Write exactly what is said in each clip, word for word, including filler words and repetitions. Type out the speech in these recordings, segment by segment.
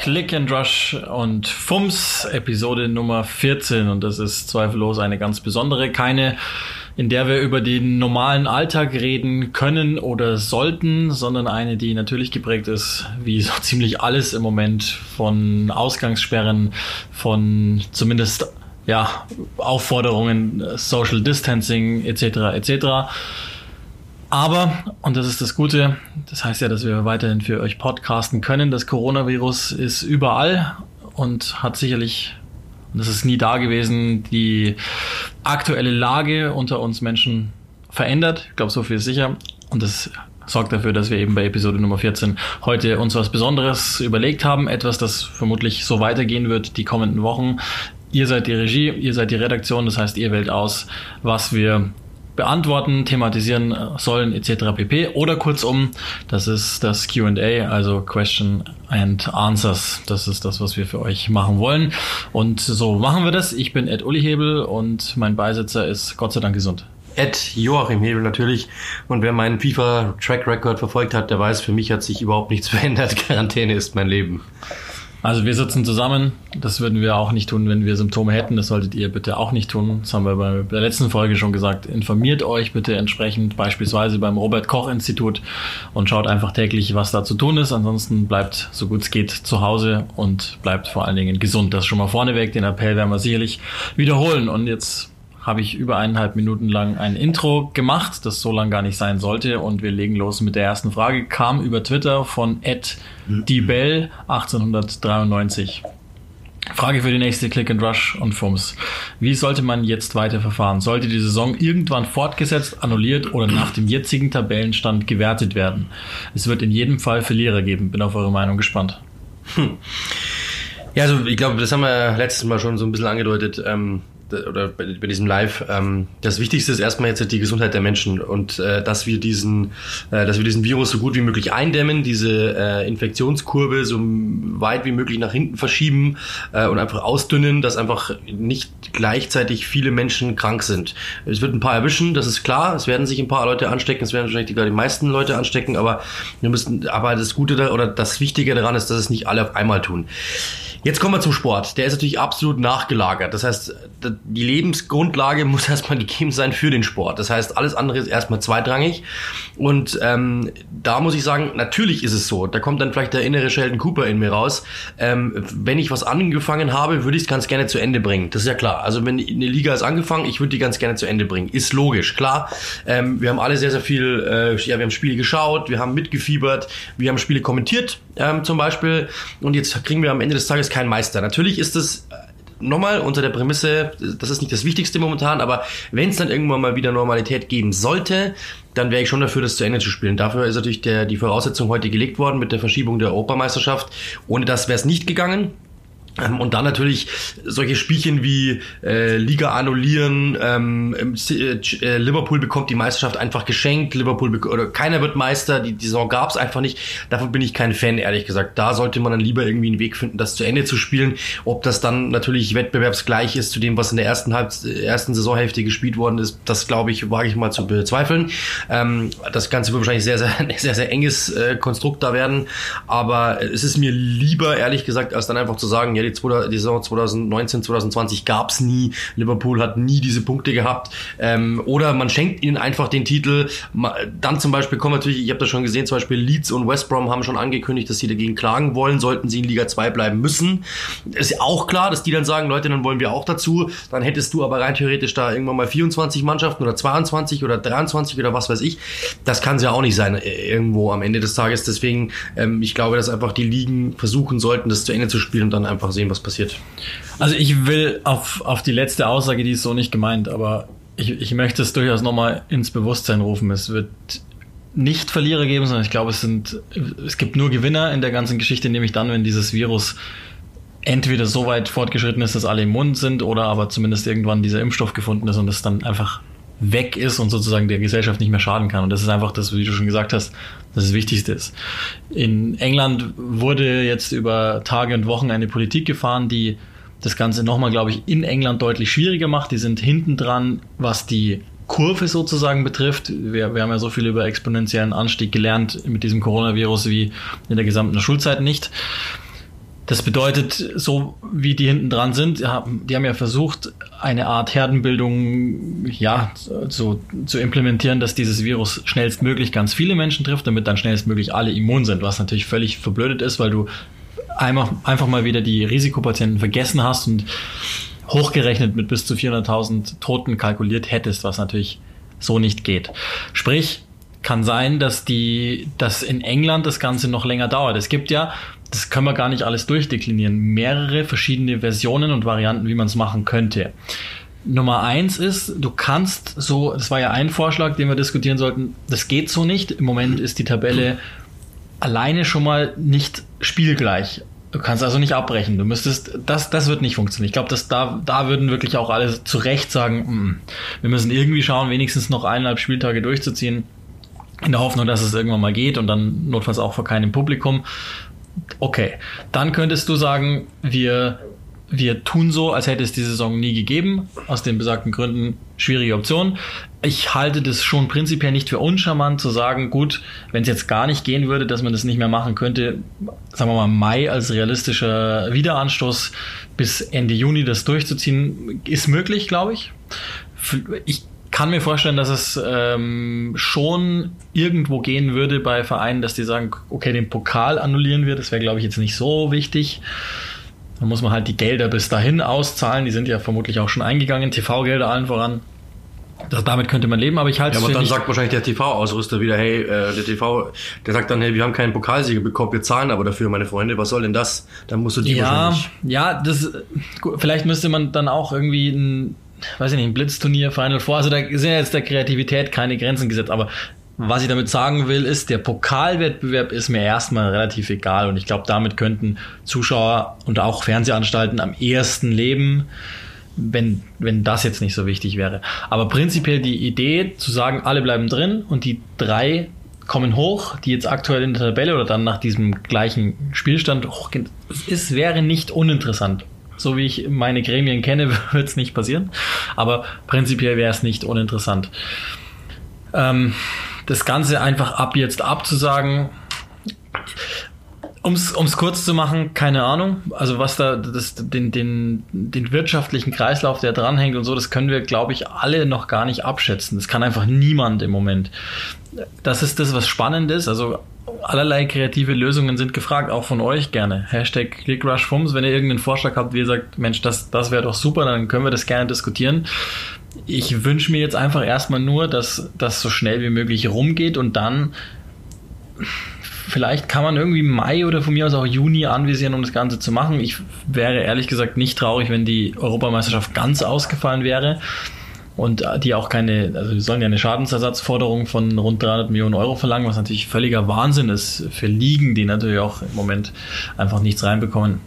Click and Rush und Fums, Episode Nummer vierzehn, und das ist zweifellos eine ganz besondere, keine, in der wir über den normalen Alltag reden können oder sollten, sondern eine, die natürlich geprägt ist, wie so ziemlich alles im Moment, von Ausgangssperren, von zumindest ja Aufforderungen, Social Distancing et cetera et cetera. Aber, und das ist das Gute, das heißt ja, dass wir weiterhin für euch podcasten können. Das Coronavirus ist überall und hat sicherlich, und das ist nie da gewesen, die aktuelle Lage unter uns Menschen verändert. Ich glaube, so viel ist sicher. Und das sorgt dafür, dass wir eben bei Episode Nummer vierzehn heute uns was Besonderes überlegt haben. Etwas, das vermutlich so weitergehen wird die kommenden Wochen. Ihr seid die Regie, ihr seid die Redaktion, das heißt, ihr wählt aus, was wir beantworten, thematisieren sollen et cetera pp. Oder kurzum, das ist das Q and A, also Question and Answers. Das ist das, was wir für euch machen wollen. Und so machen wir das. Ich bin Ed Uli Hebel und mein Beisitzer ist Gott sei Dank gesund. Ed Joachim Hebel natürlich. Und wer meinen FIFA-Track-Record verfolgt hat, der weiß, für mich hat sich überhaupt nichts verändert. Quarantäne ist mein Leben. Also wir sitzen zusammen, das würden wir auch nicht tun, wenn wir Symptome hätten, das solltet ihr bitte auch nicht tun, das haben wir bei der letzten Folge schon gesagt, informiert euch bitte entsprechend, beispielsweise beim Robert-Koch-Institut, und schaut einfach täglich, was da zu tun ist, ansonsten bleibt so gut es geht zu Hause und bleibt vor allen Dingen gesund, das schon mal vorneweg, den Appell werden wir sicherlich wiederholen. Und jetzt habe ich über eineinhalb Minuten lang ein Intro gemacht, das so lang gar nicht sein sollte, und wir legen los mit der ersten Frage. Kam über Twitter von at diebell achtzehnhundertdreiundneunzig. Frage für die nächste Click and Rush und Fums. Wie sollte man jetzt weiter verfahren? Sollte die Saison irgendwann fortgesetzt, annulliert oder nach dem jetzigen Tabellenstand gewertet werden? Es wird in jedem Fall Verlierer geben. Bin auf eure Meinung gespannt. Hm. Ja, also ich glaube, das haben wir letztes Mal schon so ein bisschen angedeutet, ähm, oder bei, bei diesem Live. Ähm, das Wichtigste ist erstmal jetzt die Gesundheit der Menschen und äh, dass wir diesen, äh, dass wir diesen Virus so gut wie möglich eindämmen, diese äh, Infektionskurve so weit wie möglich nach hinten verschieben äh, und einfach ausdünnen, dass einfach nicht gleichzeitig viele Menschen krank sind. Es wird ein paar erwischen, das ist klar. Es werden sich ein paar Leute anstecken, es werden wahrscheinlich sogar die meisten Leute anstecken, aber wir müssen, aber das Gute da, oder das Wichtige daran ist, dass es nicht alle auf einmal tun. Jetzt kommen wir zum Sport. Der ist natürlich absolut nachgelagert. Das heißt, die Lebensgrundlage muss erstmal gegeben sein für den Sport. Das heißt, alles andere ist erstmal zweitrangig. Und ähm, da muss ich sagen, natürlich ist es so. Da kommt dann vielleicht der innere Sheldon Cooper in mir raus. Ähm, wenn ich was angefangen habe, würde ich es ganz gerne zu Ende bringen. Das ist ja klar. Also wenn eine Liga ist angefangen, ich würde die ganz gerne zu Ende bringen. Ist logisch, klar. Ähm, wir haben alle sehr, sehr viel, äh, ja, wir haben Spiele geschaut, wir haben mitgefiebert, wir haben Spiele kommentiert, ähm, zum Beispiel. Und jetzt kriegen wir am Ende des Tages kein Meister. Natürlich ist es nochmal unter der Prämisse, das ist nicht das Wichtigste momentan, aber wenn es dann irgendwann mal wieder Normalität geben sollte, dann wäre ich schon dafür, das zu Ende zu spielen. Dafür ist natürlich der, die Voraussetzung heute gelegt worden mit der Verschiebung der Europameisterschaft. Ohne das wäre es nicht gegangen. Und dann natürlich solche Spielchen wie äh, Liga annullieren, ähm, äh, Liverpool bekommt die Meisterschaft einfach geschenkt, Liverpool bek- oder keiner wird Meister, die, die Saison gab es einfach nicht. Davon bin ich kein Fan, ehrlich gesagt. Da sollte man dann lieber irgendwie einen Weg finden, das zu Ende zu spielen. Ob das dann natürlich wettbewerbsgleich ist zu dem, was in der ersten Halb- ersten Saisonhälfte gespielt worden ist, das glaube ich, wage ich mal zu bezweifeln. Ähm, das Ganze wird wahrscheinlich sehr, sehr, sehr, sehr enges äh, Konstrukt da werden. Aber es ist mir lieber, ehrlich gesagt, als dann einfach zu sagen, ja, die, die Saison zwanzig neunzehn zwanzig zwanzig gab's nie. Liverpool hat nie diese Punkte gehabt. Ähm, oder man schenkt ihnen einfach den Titel. Dann zum Beispiel kommen natürlich, ich habe das schon gesehen, zum Beispiel Leeds und West Brom haben schon angekündigt, dass sie dagegen klagen wollen, sollten sie in Liga zwei bleiben müssen. Ist ja auch klar, dass die dann sagen, Leute, dann wollen wir auch dazu. Dann hättest du aber rein theoretisch da irgendwann mal vierundzwanzig Mannschaften oder zweiundzwanzig oder dreiundzwanzig oder was weiß ich. Das kann es ja auch nicht sein, irgendwo am Ende des Tages. Deswegen, ähm, ich glaube, dass einfach die Ligen versuchen sollten, das zu Ende zu spielen und dann einfach sehen, was passiert. Also ich will auf, auf die letzte Aussage, die ist so nicht gemeint, aber ich, ich möchte es durchaus nochmal ins Bewusstsein rufen. Es wird nicht Verlierer geben, sondern ich glaube, es sind, es gibt nur Gewinner in der ganzen Geschichte, nämlich dann, wenn dieses Virus entweder so weit fortgeschritten ist, dass alle immun sind, oder aber zumindest irgendwann dieser Impfstoff gefunden ist und es dann einfach weg ist und sozusagen der Gesellschaft nicht mehr schaden kann. Und das ist einfach das, wie du schon gesagt hast, das das Wichtigste ist. In England wurde jetzt über Tage und Wochen eine Politik gefahren, die das Ganze nochmal, glaube ich, in England deutlich schwieriger macht. Die sind hinten dran, was die Kurve sozusagen betrifft. Wir, wir haben ja so viel über exponentiellen Anstieg gelernt mit diesem Coronavirus wie in der gesamten Schulzeit nicht. Das bedeutet, so wie die hinten dran sind, die haben ja versucht, eine Art Herdenbildung ja, so, zu implementieren, dass dieses Virus schnellstmöglich ganz viele Menschen trifft, damit dann schnellstmöglich alle immun sind, was natürlich völlig verblödet ist, weil du einfach, einfach mal wieder die Risikopatienten vergessen hast und hochgerechnet mit bis zu vierhunderttausend Toten kalkuliert hättest, was natürlich so nicht geht. Sprich, kann sein, dass die, dass in England das Ganze noch länger dauert. Es gibt ja, das können wir gar nicht alles durchdeklinieren, mehrere verschiedene Versionen und Varianten, wie man es machen könnte. Nummer eins ist, du kannst so, das war ja ein Vorschlag, den wir diskutieren sollten, das geht so nicht. Im Moment ist die Tabelle alleine schon mal nicht spielgleich. Du kannst also nicht abbrechen. Du müsstest, das, das wird nicht funktionieren. Ich glaube, dass da, da würden wirklich auch alle zu Recht sagen, mh, wir müssen irgendwie schauen, wenigstens noch eineinhalb Spieltage durchzuziehen, in der Hoffnung, dass es irgendwann mal geht und dann notfalls auch vor keinem Publikum. Okay, dann könntest du sagen, wir, wir tun so, als hätte es die Saison nie gegeben. Aus den besagten Gründen schwierige Option. Ich halte das schon prinzipiell nicht für uncharmant zu sagen, gut, wenn es jetzt gar nicht gehen würde, dass man das nicht mehr machen könnte, sagen wir mal Mai als realistischer Wiederanstoß bis Ende Juni das durchzuziehen, ist möglich, glaube ich. Ich kann mir vorstellen, dass es ähm, schon irgendwo gehen würde bei Vereinen, dass die sagen, okay, den Pokal annullieren wir, das wäre, glaube ich, jetzt nicht so wichtig. Dann muss man halt die Gelder bis dahin auszahlen, die sind ja vermutlich auch schon eingegangen, T V-Gelder allen voran. Das, damit könnte man leben, aber ich halte ja, es aber für dann nicht... sagt wahrscheinlich der T V-Ausrüster wieder, hey, äh, der T V, der sagt dann, hey, wir haben keinen Pokalsieger bekommen, wir zahlen aber dafür, meine Freunde, was soll denn das? Dann musst du die ja, wahrscheinlich... Ja, das, gut, vielleicht müsste man dann auch irgendwie ein, weiß ich nicht, ein Blitzturnier, Final Four, also da sind ja jetzt der Kreativität keine Grenzen gesetzt, aber was ich damit sagen will, ist, der Pokalwettbewerb ist mir erstmal relativ egal und ich glaube, damit könnten Zuschauer und auch Fernsehanstalten am ehesten leben, wenn, wenn das jetzt nicht so wichtig wäre. Aber prinzipiell die Idee zu sagen, alle bleiben drin und die drei kommen hoch, die jetzt aktuell in der Tabelle oder dann nach diesem gleichen Spielstand hochgehen, es wäre nicht uninteressant. So wie ich meine Gremien kenne, wird es nicht passieren. Aber prinzipiell wäre es nicht uninteressant. Ähm, das Ganze einfach ab jetzt abzusagen, um es kurz zu machen, keine Ahnung. Also was da, das, den, den, den wirtschaftlichen Kreislauf, der dranhängt und so, das können wir, glaube ich, alle noch gar nicht abschätzen. Das kann einfach niemand im Moment. Das ist das, was spannend ist. Also allerlei kreative Lösungen sind gefragt, auch von euch gerne. Hashtag ClickRushFums, wenn ihr irgendeinen Vorschlag habt, wie ihr sagt, Mensch, das, das wäre doch super, dann können wir das gerne diskutieren. Ich wünsche mir jetzt einfach erstmal nur, dass das so schnell wie möglich rumgeht und dann vielleicht kann man irgendwie Mai oder von mir aus auch Juni anvisieren, um das Ganze zu machen. Ich wäre ehrlich gesagt nicht traurig, wenn die Europameisterschaft ganz ausgefallen wäre und die auch keine, also die sollen ja eine Schadensersatzforderung von rund dreihundert Millionen Euro verlangen, was natürlich völliger Wahnsinn ist für Ligen, die natürlich auch im Moment einfach nichts reinbekommen.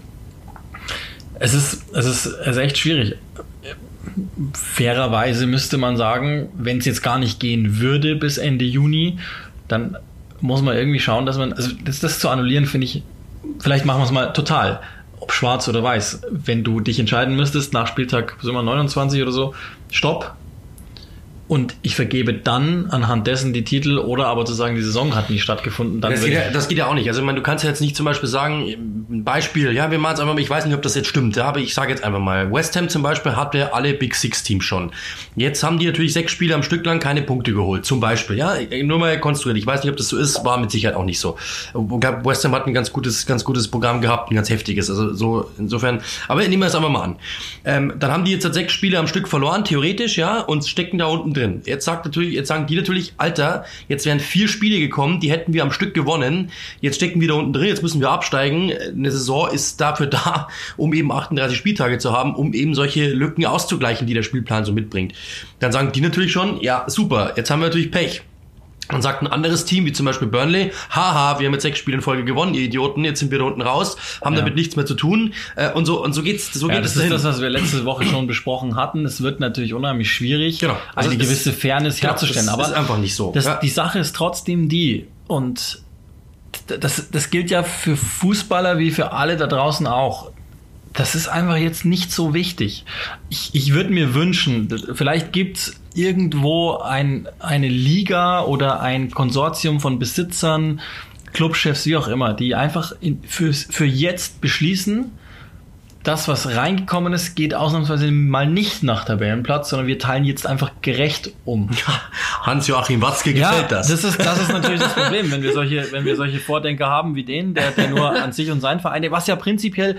Es ist, es ist, es ist echt schwierig. Fairerweise müsste man sagen, wenn es jetzt gar nicht gehen würde bis Ende Juni, dann muss man irgendwie schauen, dass man, also das, das zu annullieren, finde ich, vielleicht machen wir es mal total, ob schwarz oder weiß. Wenn du dich entscheiden müsstest, nach Spieltag sind wir neunundzwanzig oder so, stopp. Und ich vergebe dann anhand dessen die Titel oder aber zu sagen, die Saison hat nie stattgefunden. Dann das, geht ja, das geht ja auch nicht. Also ich meine, du kannst ja jetzt nicht zum Beispiel sagen, ein Beispiel, ja, wir machen es einfach mal, ich weiß nicht, ob das jetzt stimmt, ja, aber ich sage jetzt einfach mal, West Ham zum Beispiel hatte alle Big Six Teams schon. Jetzt haben die natürlich sechs Spiele am Stück lang keine Punkte geholt, zum Beispiel, ja, nur mal konstruiert. Ich weiß nicht, ob das so ist, war mit Sicherheit auch nicht so. West Ham hat ein ganz gutes, ganz gutes Programm gehabt, ein ganz heftiges, also so, insofern, aber nehmen wir es einfach mal an. Ähm, dann haben die jetzt halt sechs Spiele am Stück verloren, theoretisch, ja, und stecken da unten drin. Jetzt sagt natürlich, jetzt sagen die natürlich, Alter, jetzt wären vier Spiele gekommen, die hätten wir am Stück gewonnen. Jetzt stecken wir da unten drin, jetzt müssen wir absteigen. Eine Saison ist dafür da, um eben achtunddreißig Spieltage zu haben, um eben solche Lücken auszugleichen, die der Spielplan so mitbringt. Dann sagen die natürlich schon, ja, super, jetzt haben wir natürlich Pech. Dann sagt ein anderes Team, wie zum Beispiel Burnley, haha, wir haben jetzt sechs Spiele in Folge gewonnen, ihr Idioten, jetzt sind wir da unten raus, haben ja. damit nichts mehr zu tun. Und so, und so geht's, so ja, geht das es ist dahin. Das, was wir letzte Woche schon besprochen hatten. Es wird natürlich unheimlich schwierig, genau. also eine das, gewisse Fairness genau, herzustellen. Das aber ist einfach nicht so. Das, ja. Die Sache ist trotzdem die, und das, das gilt ja für Fußballer wie für alle da draußen auch. Das ist einfach jetzt nicht so wichtig. Ich, ich würde mir wünschen, vielleicht gibt's irgendwo ein, eine Liga oder ein Konsortium von Besitzern, Clubchefs, wie auch immer, die einfach in, für, für jetzt beschließen, das, was reingekommen ist, geht ausnahmsweise mal nicht nach Tabellenplatz, sondern wir teilen jetzt einfach gerecht um. Hans-Joachim Watzke gefällt ja, das. Das ist, das ist natürlich das Problem, wenn wir solche, wenn wir solche Vordenker haben wie den, der, der nur an sich und seinen Verein denkt, was ja prinzipiell,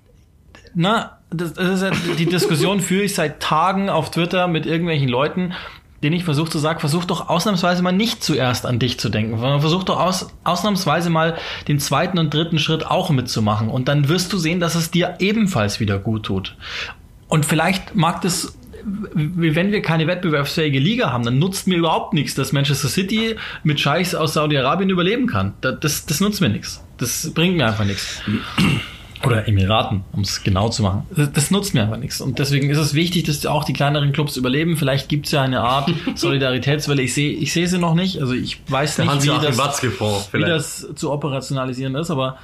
na, das, das ist ja, die Diskussion führe ich seit Tagen auf Twitter mit irgendwelchen Leuten, denen ich versuche zu sagen, versuch doch ausnahmsweise mal nicht zuerst an dich zu denken, sondern versuch doch aus, ausnahmsweise mal den zweiten und dritten Schritt auch mitzumachen und dann wirst du sehen, dass es dir ebenfalls wieder gut tut. Und vielleicht mag das, wenn wir keine wettbewerbsfähige Liga haben, dann nutzt mir überhaupt nichts, dass Manchester City mit Scheichs aus Saudi-Arabien überleben kann. Das, das, das nutzt mir nichts. Das bringt mir einfach nichts. Oder Emiraten, um es genau zu machen. Das, das nutzt mir einfach nichts. Und deswegen ist es wichtig, dass auch die kleineren Clubs überleben. Vielleicht gibt es ja eine Art Solidaritätswelle. Ich sehe ich sehe sie noch nicht. Also ich weiß nicht, wie das, wie das zu operationalisieren ist, aber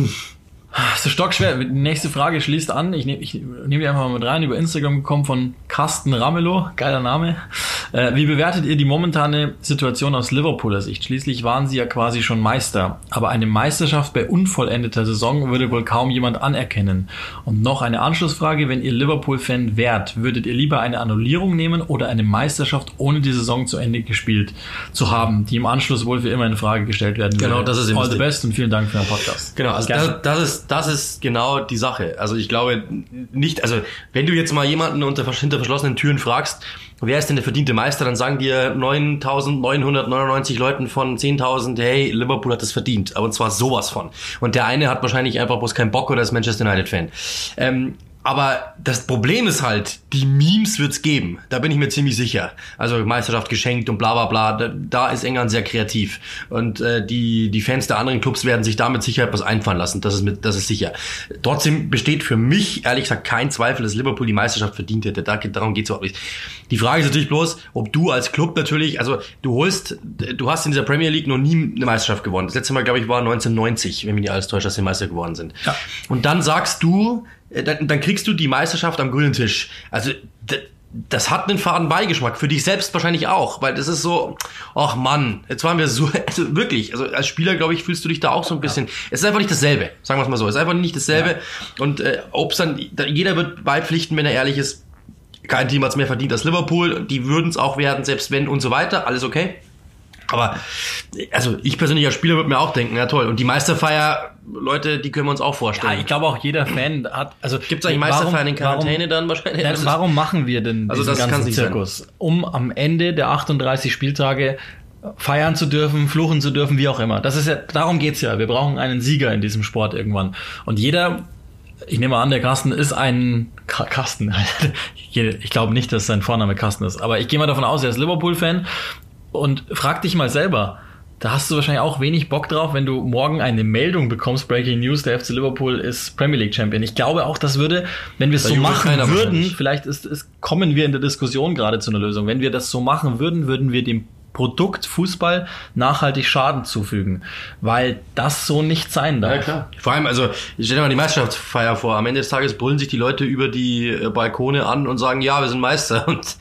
es ist stockschwer. Die nächste Frage schließt an. Ich nehme ich nehm die einfach mal mit rein. Über Instagram gekommen von Carsten Ramelow. Geiler Name. Äh, wie bewertet ihr die momentane Situation aus Liverpooler Sicht? Schließlich waren sie ja quasi schon Meister. Aber eine Meisterschaft bei unvollendeter Saison würde wohl kaum jemand anerkennen. Und noch eine Anschlussfrage. Wenn ihr Liverpool-Fan wärt, würdet ihr lieber eine Annullierung nehmen oder eine Meisterschaft ohne die Saison zu Ende gespielt zu haben, die im Anschluss wohl für immer in Frage gestellt werden würde? Genau, das ist All the best und vielen Dank für den Podcast. Genau, also das, das ist das ist genau die Sache. Also ich glaube nicht, also wenn du jetzt mal jemanden unter hinter verschlossenen Türen fragst, wer ist denn der verdiente Meister, dann sagen dir neuntausendneunhundertneunundneunzig Leuten von zehntausend, hey, Liverpool hat das verdient. Aber und zwar sowas von. Und der eine hat wahrscheinlich einfach bloß keinen Bock oder ist Manchester United-Fan. Ähm, aber das Problem ist halt, die Memes wird's geben. Da bin ich mir ziemlich sicher. Also Meisterschaft geschenkt und bla bla bla. Da, da ist England sehr kreativ. Und äh, die die Fans der anderen Clubs werden sich da mit Sicherheit was einfallen lassen. Das ist mit, das ist sicher. Trotzdem besteht für mich, ehrlich gesagt, kein Zweifel, dass Liverpool die Meisterschaft verdient hätte. Da, darum geht's überhaupt nicht. Die Frage ist natürlich bloß, ob du als Club natürlich, also du holst, du hast in dieser Premier League noch nie eine Meisterschaft gewonnen. Das letzte Mal, glaube ich, war neunzehnhundertneunzig, wenn mich nicht alles täuscht, dass sie Meister geworden sind. Ja. Und dann sagst du, Dann, dann kriegst du die Meisterschaft am grünen Tisch. Also d- das hat einen faden Beigeschmack. Für dich selbst wahrscheinlich auch. Weil das ist so, ach Mann, jetzt waren wir so, also wirklich, also als Spieler, glaube ich, fühlst du dich da auch so ein bisschen, ja. Es ist einfach nicht dasselbe, sagen wir es mal so. Es ist einfach nicht dasselbe. Ja. Und äh, ob's dann, jeder wird beipflichten, wenn er ehrlich ist, kein Team hat's mehr verdient als Liverpool. Die würden es auch werden, selbst wenn und so weiter. Alles okay. Aber, also ich persönlich als Spieler würde mir auch denken, ja toll. Und die Meisterfeier, Leute, die können wir uns auch vorstellen. Ja, ich glaube auch jeder Fan hat, also gibt es eigentlich Meisterfeiern in Quarantäne warum, dann wahrscheinlich? Ja, warum machen wir denn diesen also das ganzen Zirkus? Sein. Um am Ende der achtunddreißig Spieltage feiern zu dürfen, fluchen zu dürfen, wie auch immer. Das ist ja, darum geht's ja. Wir brauchen einen Sieger in diesem Sport irgendwann. Und jeder, ich nehme an, der Carsten ist ein Carsten. Ich glaube nicht, dass sein Vorname Carsten ist. Aber ich gehe mal davon aus, er ist Liverpool-Fan. Und frag dich mal selber, da hast du wahrscheinlich auch wenig Bock drauf, wenn du morgen eine Meldung bekommst, Breaking News, der F C Liverpool ist Premier League Champion. Ich glaube auch, das würde, wenn wir es so machen würden, vielleicht ist, ist, kommen wir in der Diskussion gerade zu einer Lösung. Wenn wir das so machen würden, würden wir dem Produkt Fußball nachhaltig Schaden zufügen, weil das so nicht sein darf. Ja, klar. Vor allem, also, ich stell dir mal die Meisterschaftsfeier vor. Am Ende des Tages brüllen sich die Leute über die Balkone an und sagen, ja, wir sind Meister. Und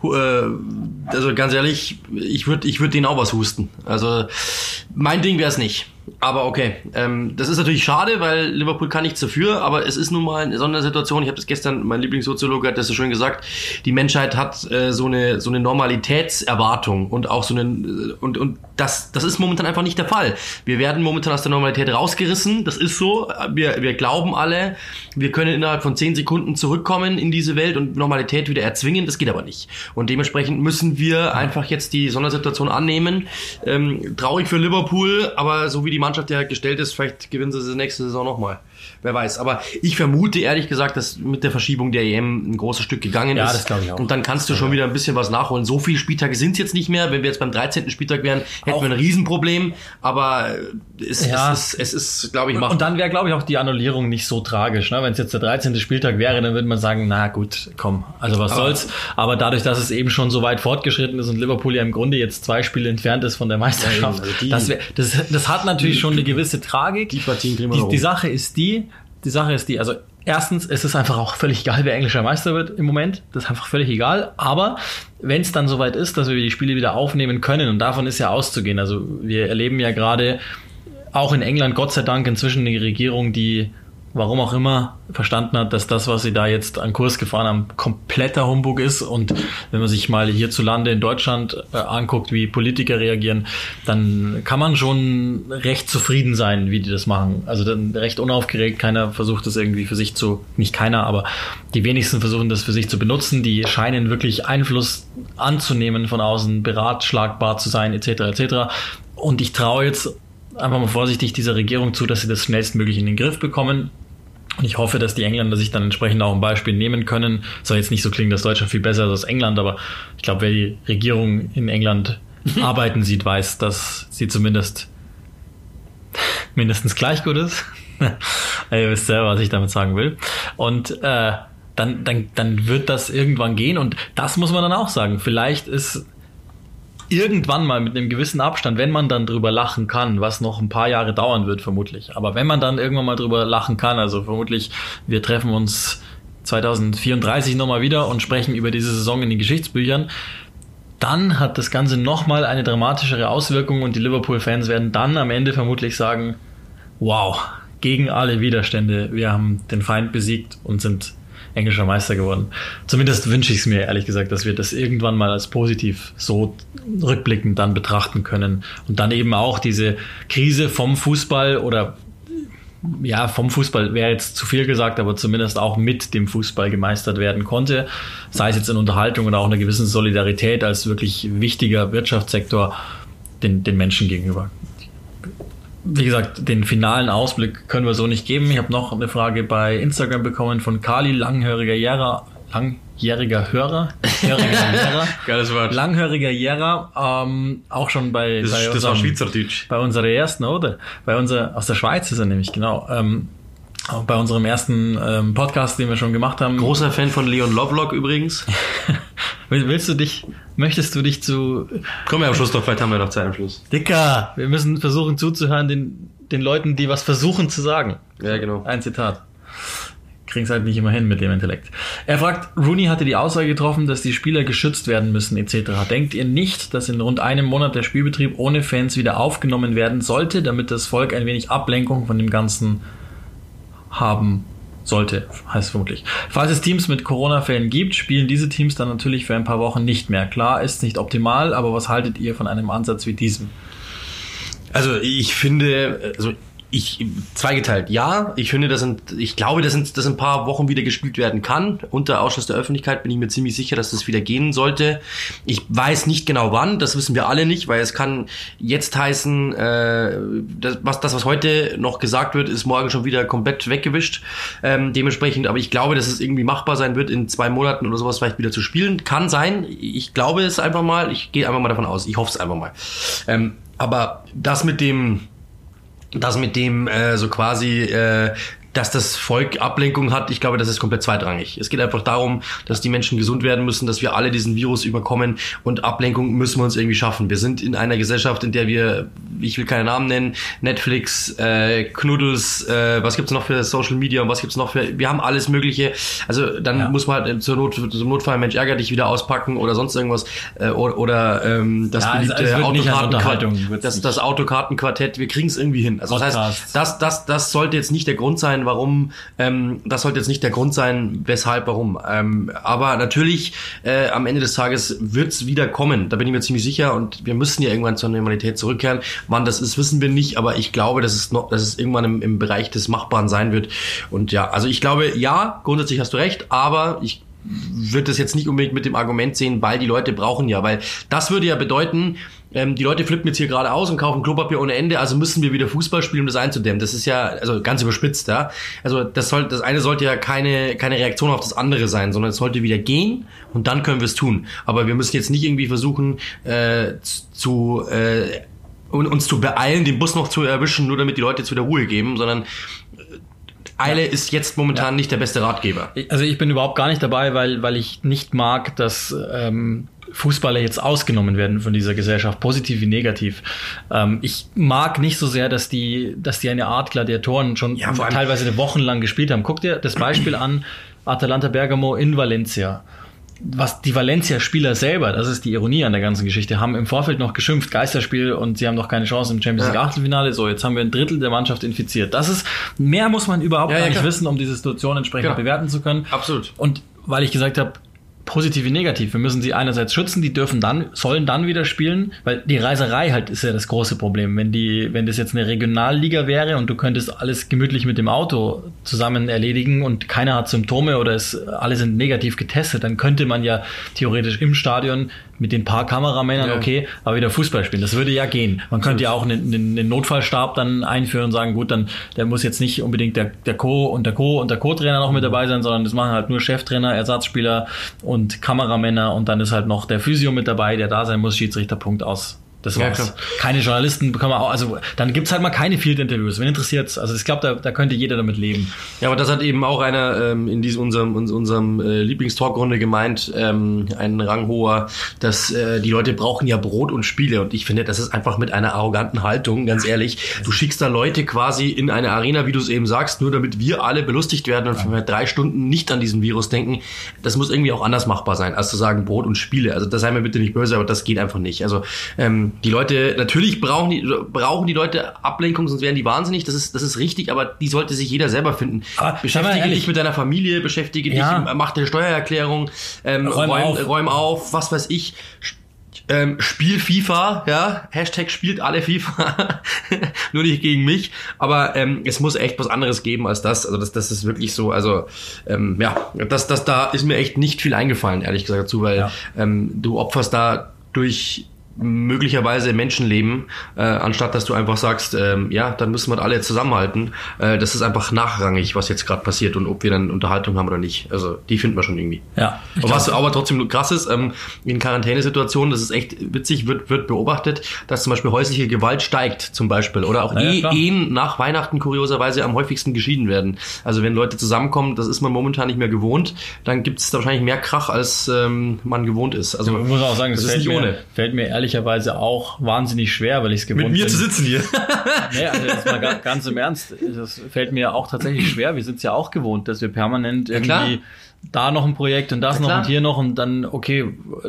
äh, also ganz ehrlich, ich würde ich würd denen auch was husten. Also mein Ding wäre es nicht. Aber okay, ähm, das ist natürlich schade, weil Liverpool kann nichts dafür, aber es ist nun mal eine Sondersituation. Ich habe das gestern, mein Lieblingssoziologe hat das so schön gesagt, die Menschheit hat äh, so eine so eine Normalitätserwartung und auch so einen und und das das ist momentan einfach nicht der Fall. Wir werden momentan aus der Normalität rausgerissen, das ist so. Wir wir glauben alle, wir können innerhalb von zehn Sekunden zurückkommen in diese Welt und Normalität wieder erzwingen, das geht aber nicht. Und dementsprechend müssen wir einfach jetzt die Sondersituation annehmen. Ähm, traurig für Liverpool, aber so wie die Mannschaft ja gestellt ist, vielleicht gewinnen sie sie nächste Saison nochmal. Wer weiß. Aber ich vermute ehrlich gesagt, dass mit der Verschiebung der E M ein großes Stück gegangen ja, ist. Das glaube ich auch. Und dann kannst du schon wieder ein bisschen was nachholen. So viele Spieltage sind es jetzt nicht mehr. Wenn wir jetzt beim dreizehnten Spieltag wären, hätten auch wir ein Riesenproblem. Aber es, ja. es ist, es ist, glaube ich, machbar. Und dann wäre, glaube ich, auch die Annullierung nicht so tragisch. Ne? Wenn es jetzt der dreizehnte Spieltag wäre, dann würde man sagen, na gut, komm, also was aber soll's. Aber dadurch, dass es eben schon so weit fortgeschritten ist und Liverpool ja im Grunde jetzt zwei Spiele entfernt ist von der Meisterschaft, ja, also die, das, wär, das, das hat natürlich schon eine gewisse Tragik. Die Partien kriegen wir die, die Sache ist die, Die Sache ist die, also erstens ist es einfach auch völlig egal, wer englischer Meister wird im Moment. Das ist einfach völlig egal. Aber wenn es dann soweit ist, dass wir die Spiele wieder aufnehmen können, und davon ist ja auszugehen, also wir erleben ja gerade auch in England Gott sei Dank inzwischen eine Regierung, die, warum auch immer, verstanden hat, dass das, was sie da jetzt an Kurs gefahren haben, kompletter Humbug ist. Und wenn man sich mal hierzulande in Deutschland äh, anguckt, wie Politiker reagieren, dann kann man schon recht zufrieden sein, wie die das machen. Also dann recht unaufgeregt. Keiner versucht das irgendwie für sich zu, nicht keiner, aber die wenigsten versuchen das für sich zu benutzen. Die scheinen wirklich Einfluss anzunehmen von außen, beratschlagbar zu sein, et cetera et cetera. Und ich traue jetzt einfach mal vorsichtig dieser Regierung zu, dass sie das schnellstmöglich in den Griff bekommen. Und ich hoffe, dass die Engländer sich dann entsprechend auch ein Beispiel nehmen können. Soll jetzt nicht so klingen, dass Deutschland viel besser ist als England, aber ich glaube, wer die Regierung in England arbeiten sieht, weiß, dass sie zumindest mindestens gleich gut ist. Ihr wisst selber, was ich damit sagen will. Und äh, dann, dann, dann wird das irgendwann gehen. Und das muss man dann auch sagen. Vielleicht ist irgendwann mal mit einem gewissen Abstand, wenn man dann drüber lachen kann, was noch ein paar Jahre dauern wird vermutlich, aber wenn man dann irgendwann mal drüber lachen kann, also vermutlich, wir treffen uns zwanzig vierunddreißig nochmal wieder und sprechen über diese Saison in den Geschichtsbüchern, dann hat das Ganze nochmal eine dramatischere Auswirkung und die Liverpool-Fans werden dann am Ende vermutlich sagen, wow, gegen alle Widerstände, wir haben den Feind besiegt und sind englischer Meister geworden. Zumindest wünsche ich es mir, ehrlich gesagt, dass wir das irgendwann mal als positiv so rückblickend dann betrachten können und dann eben auch diese Krise vom Fußball oder ja, vom Fußball wäre jetzt zu viel gesagt, aber zumindest auch mit dem Fußball gemeistert werden konnte, sei es jetzt in Unterhaltung oder auch einer gewissen Solidarität als wirklich wichtiger Wirtschaftssektor den, den Menschen gegenüber. Wie gesagt, den finalen Ausblick können wir so nicht geben. Ich habe noch eine Frage bei Instagram bekommen von Kali, langhöriger Jäger, langjähriger Hörer, langjähriger Jäger, geiles Wort, langhöriger Jäger, ähm, auch schon bei das, bei ist, unserem, das war Schweizerdeutsch. Bei unserer ersten, oder? Bei unserer aus der Schweiz ist er nämlich genau. Ähm, bei unserem ersten ähm, Podcast, den wir schon gemacht haben. Großer Fan von Leon Lovelock übrigens. Willst du dich, möchtest du dich zu... Komm ja am Schluss doch, vielleicht haben wir noch Zeit am Schluss. Dicker, wir müssen versuchen zuzuhören den, den Leuten, die was versuchen zu sagen. Ja, genau. Ein Zitat. Kriegen's halt nicht immer hin mit dem Intellekt. Er fragt, Rooney hatte die Aussage getroffen, dass die Spieler geschützt werden müssen et cetera. Denkt ihr nicht, dass in rund einem Monat der Spielbetrieb ohne Fans wieder aufgenommen werden sollte, damit das Volk ein wenig Ablenkung von dem Ganzen haben sollte, heißt vermutlich. Falls es Teams mit Corona-Fällen gibt, spielen diese Teams dann natürlich für ein paar Wochen nicht mehr. Klar, ist nicht optimal, aber was haltet ihr von einem Ansatz wie diesem? Also ich finde, also ich zweigeteilt, ja. Ich finde, das sind, ich glaube, dass in, dass in ein paar Wochen wieder gespielt werden kann. Unter Ausschluss der Öffentlichkeit bin ich mir ziemlich sicher, dass das wieder gehen sollte. Ich weiß nicht genau wann, das wissen wir alle nicht, weil es kann jetzt heißen, äh, das, was, das, was heute noch gesagt wird, ist morgen schon wieder komplett weggewischt. Ähm, dementsprechend, aber ich glaube, dass es irgendwie machbar sein wird, in zwei Monaten oder sowas vielleicht wieder zu spielen. Kann sein. Ich glaube es einfach mal. Ich gehe einfach mal davon aus. Ich hoffe es einfach mal. Ähm, aber das mit dem Das mit dem äh, so quasi, äh, dass das Volk Ablenkung hat, ich glaube, das ist komplett zweitrangig. Es geht einfach darum, dass die Menschen gesund werden müssen, dass wir alle diesen Virus überkommen und Ablenkung müssen wir uns irgendwie schaffen. Wir sind in einer Gesellschaft, in der wir, ich will keine Namen nennen, Netflix, äh, Knuddels, äh, was gibt's noch für Social Media und was gibt's noch für, wir haben alles Mögliche. Also dann ja. muss man halt zur Not, zum Notfall Mensch ärger dich wieder auspacken oder sonst irgendwas äh, oder, oder ähm, das ja, beliebte also Autokartenquartett, das, das Autokartenquartett, wir kriegen es irgendwie hin. Also Podcast. Das heißt, das, das, das sollte jetzt nicht der Grund sein, warum, ähm, das sollte jetzt nicht der Grund sein, weshalb, warum. Ähm, aber natürlich, äh, am Ende des Tages wird's wieder kommen. Da bin ich mir ziemlich sicher und wir müssen ja irgendwann zur Normalität zurückkehren. Wann das ist, wissen wir nicht, aber ich glaube, dass es noch, dass es irgendwann im, im Bereich des Machbaren sein wird. Und ja, also ich glaube, ja, grundsätzlich hast du recht, aber ich würde das jetzt nicht unbedingt mit dem Argument sehen, weil die Leute brauchen ja, weil das würde ja bedeuten, ähm, die Leute flippen jetzt hier gerade aus und kaufen Klopapier ohne Ende, also müssen wir wieder Fußball spielen, um das einzudämmen. Das ist ja, also ganz überspitzt, ja. Also das soll, das eine sollte ja keine, keine Reaktion auf das andere sein, sondern es sollte wieder gehen und dann können wir es tun. Aber wir müssen jetzt nicht irgendwie versuchen, äh, zu, äh, uns zu beeilen, den Bus noch zu erwischen, nur damit die Leute jetzt wieder Ruhe geben, sondern Eile ja. ist jetzt momentan ja. nicht der beste Ratgeber. Also ich bin überhaupt gar nicht dabei, weil weil ich nicht mag, dass ähm, Fußballer jetzt ausgenommen werden von dieser Gesellschaft, positiv wie negativ. Ähm, ich mag nicht so sehr, dass die dass die eine Art Gladiatoren schon ja, teilweise wochenlang gespielt haben. Guck dir das Beispiel an, Atalanta Bergamo in Valencia. was die Valencia-Spieler selber, das ist die Ironie an der ganzen Geschichte, haben im Vorfeld noch geschimpft, Geisterspiel und sie haben doch keine Chance im Champions League ja. Achtelfinale. So, jetzt haben wir ein Drittel der Mannschaft infiziert. Das ist, mehr muss man überhaupt ja, gar ja, nicht klar. wissen, um diese Situation entsprechend ja. bewerten zu können. Absolut. Und weil ich gesagt habe, positiv wie negativ. Wir müssen sie einerseits schützen, die dürfen dann, sollen dann wieder spielen, weil die Reiserei halt ist ja das große Problem. Wenn die, wenn das jetzt eine Regionalliga wäre und du könntest alles gemütlich mit dem Auto zusammen erledigen und keiner hat Symptome oder es, alle sind negativ getestet, dann könnte man ja theoretisch im Stadion mit den paar Kameramännern, ja. okay, aber wieder Fußball spielen. Das würde ja gehen. Man könnte ja auch einen, einen Notfallstab dann einführen und sagen, gut, dann der muss jetzt nicht unbedingt der, der Co. und der Co. und der Co-Trainer noch mit dabei sein, sondern das machen halt nur Cheftrainer, Ersatzspieler und Kameramänner und dann ist halt noch der Physio mit dabei, der da sein muss, Schiedsrichter, Punkt, aus. Das war's. Ja, keine Journalisten bekommen auch, also dann gibt's halt mal keine Field-Interviews. Wen interessiert's? Also ich glaube, da, da könnte jeder damit leben. Ja, aber das hat eben auch einer ähm, in diesem unserem unserem äh, Lieblingstalkrunde gemeint, ähm, ein Ranghoher, dass äh, die Leute brauchen ja Brot und Spiele und ich finde, das ist einfach mit einer arroganten Haltung, ganz ehrlich. Du schickst da Leute quasi in eine Arena, wie du es eben sagst, nur damit wir alle belustigt werden und für drei Stunden nicht an diesen Virus denken. Das muss irgendwie auch anders machbar sein, als zu sagen Brot und Spiele. Also das sei mir bitte nicht böse, aber das geht einfach nicht. Also ähm, die Leute, natürlich brauchen die, brauchen die Leute Ablenkung, sonst wären die wahnsinnig, das ist, das ist richtig, aber die sollte sich jeder selber finden. Aber beschäftige dich mit deiner Familie, beschäftige ja. dich, mach eine Steuererklärung, ähm, räum, räum, auf. räum auf, was weiß ich, ähm, Spiel FIFA, ja, Hashtag spielt alle FIFA, nur nicht gegen mich, aber ähm, es muss echt was anderes geben als das, also das, das ist wirklich so, also ähm, ja, das, das, da ist mir echt nicht viel eingefallen, ehrlich gesagt dazu, weil ja. ähm, du opferst da durch möglicherweise Menschenleben, äh, anstatt dass du einfach sagst, ähm, ja, dann müssen wir alle zusammenhalten. Äh, das ist einfach nachrangig, was jetzt gerade passiert und ob wir dann Unterhaltung haben oder nicht. Also die finden wir schon irgendwie. Ja. Und was aber trotzdem krass ist, ähm, in Quarantänesituationen, das ist echt witzig, wird wird beobachtet, dass zum Beispiel häusliche Gewalt steigt zum Beispiel oder auch ja, eh, ja, Ehen nach Weihnachten kurioserweise am häufigsten geschieden werden. Also wenn Leute zusammenkommen, das ist man momentan nicht mehr gewohnt, dann gibt es da wahrscheinlich mehr Krach, als ähm, man gewohnt ist. Also ich muss auch sagen, das, das ist nicht mir, ohne. Fällt mir ehrlich ehrlicherweise auch wahnsinnig schwer, weil ich es gewohnt bin. Mit mir bin. zu sitzen hier. Nee, also jetzt mal ganz, ganz im Ernst, das fällt mir auch tatsächlich schwer. Wir sind es ja auch gewohnt, dass wir permanent irgendwie ja, da noch ein Projekt und das ja, noch und hier noch und dann, okay,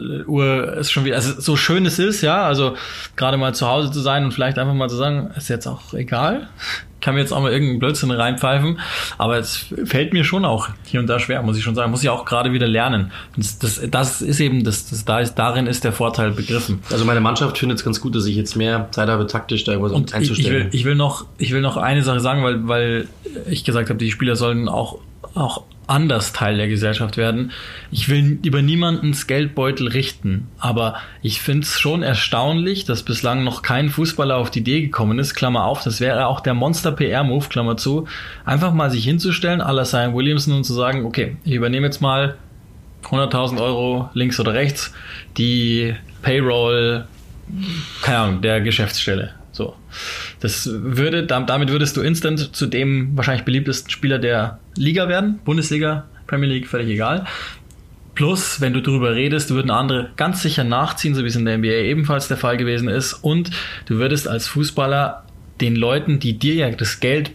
Uhr ist schon wieder, also so schön es ist, ja, also gerade mal zu Hause zu sein und vielleicht einfach mal zu sagen, ist jetzt auch egal, kann mir jetzt auch mal irgendeinen Blödsinn reinpfeifen, aber es fällt mir schon auch hier und da schwer, muss ich schon sagen, muss ich auch gerade wieder lernen. Das, das, das ist eben, das, das, da ist, darin ist der Vorteil begriffen. Also meine Mannschaft findet es ganz gut, dass ich jetzt mehr Zeit habe, taktisch da irgendwas und einzustellen. Ich, ich, will, ich will noch, ich will noch eine Sache sagen, weil, weil ich gesagt habe, die Spieler sollen auch, auch anders Teil der Gesellschaft werden. Ich will über niemandens Geldbeutel richten, aber ich finde es schon erstaunlich, dass bislang noch kein Fußballer auf die Idee gekommen ist, Klammer auf, das wäre auch der Monster-P R-Move, Klammer zu, einfach mal sich hinzustellen, à la Zion Williamson und zu sagen, okay, ich übernehme jetzt mal hunderttausend Euro links oder rechts, die Payroll, keine Ahnung, der Geschäftsstelle. So. Das würde, damit würdest du instant zu dem wahrscheinlich beliebtesten Spieler der Liga werden. Bundesliga, Premier League, völlig egal. Plus, wenn du darüber redest, würden andere ganz sicher nachziehen, so wie es in der N B A ebenfalls der Fall gewesen ist. Und du würdest als Fußballer den Leuten, die dir ja das Geld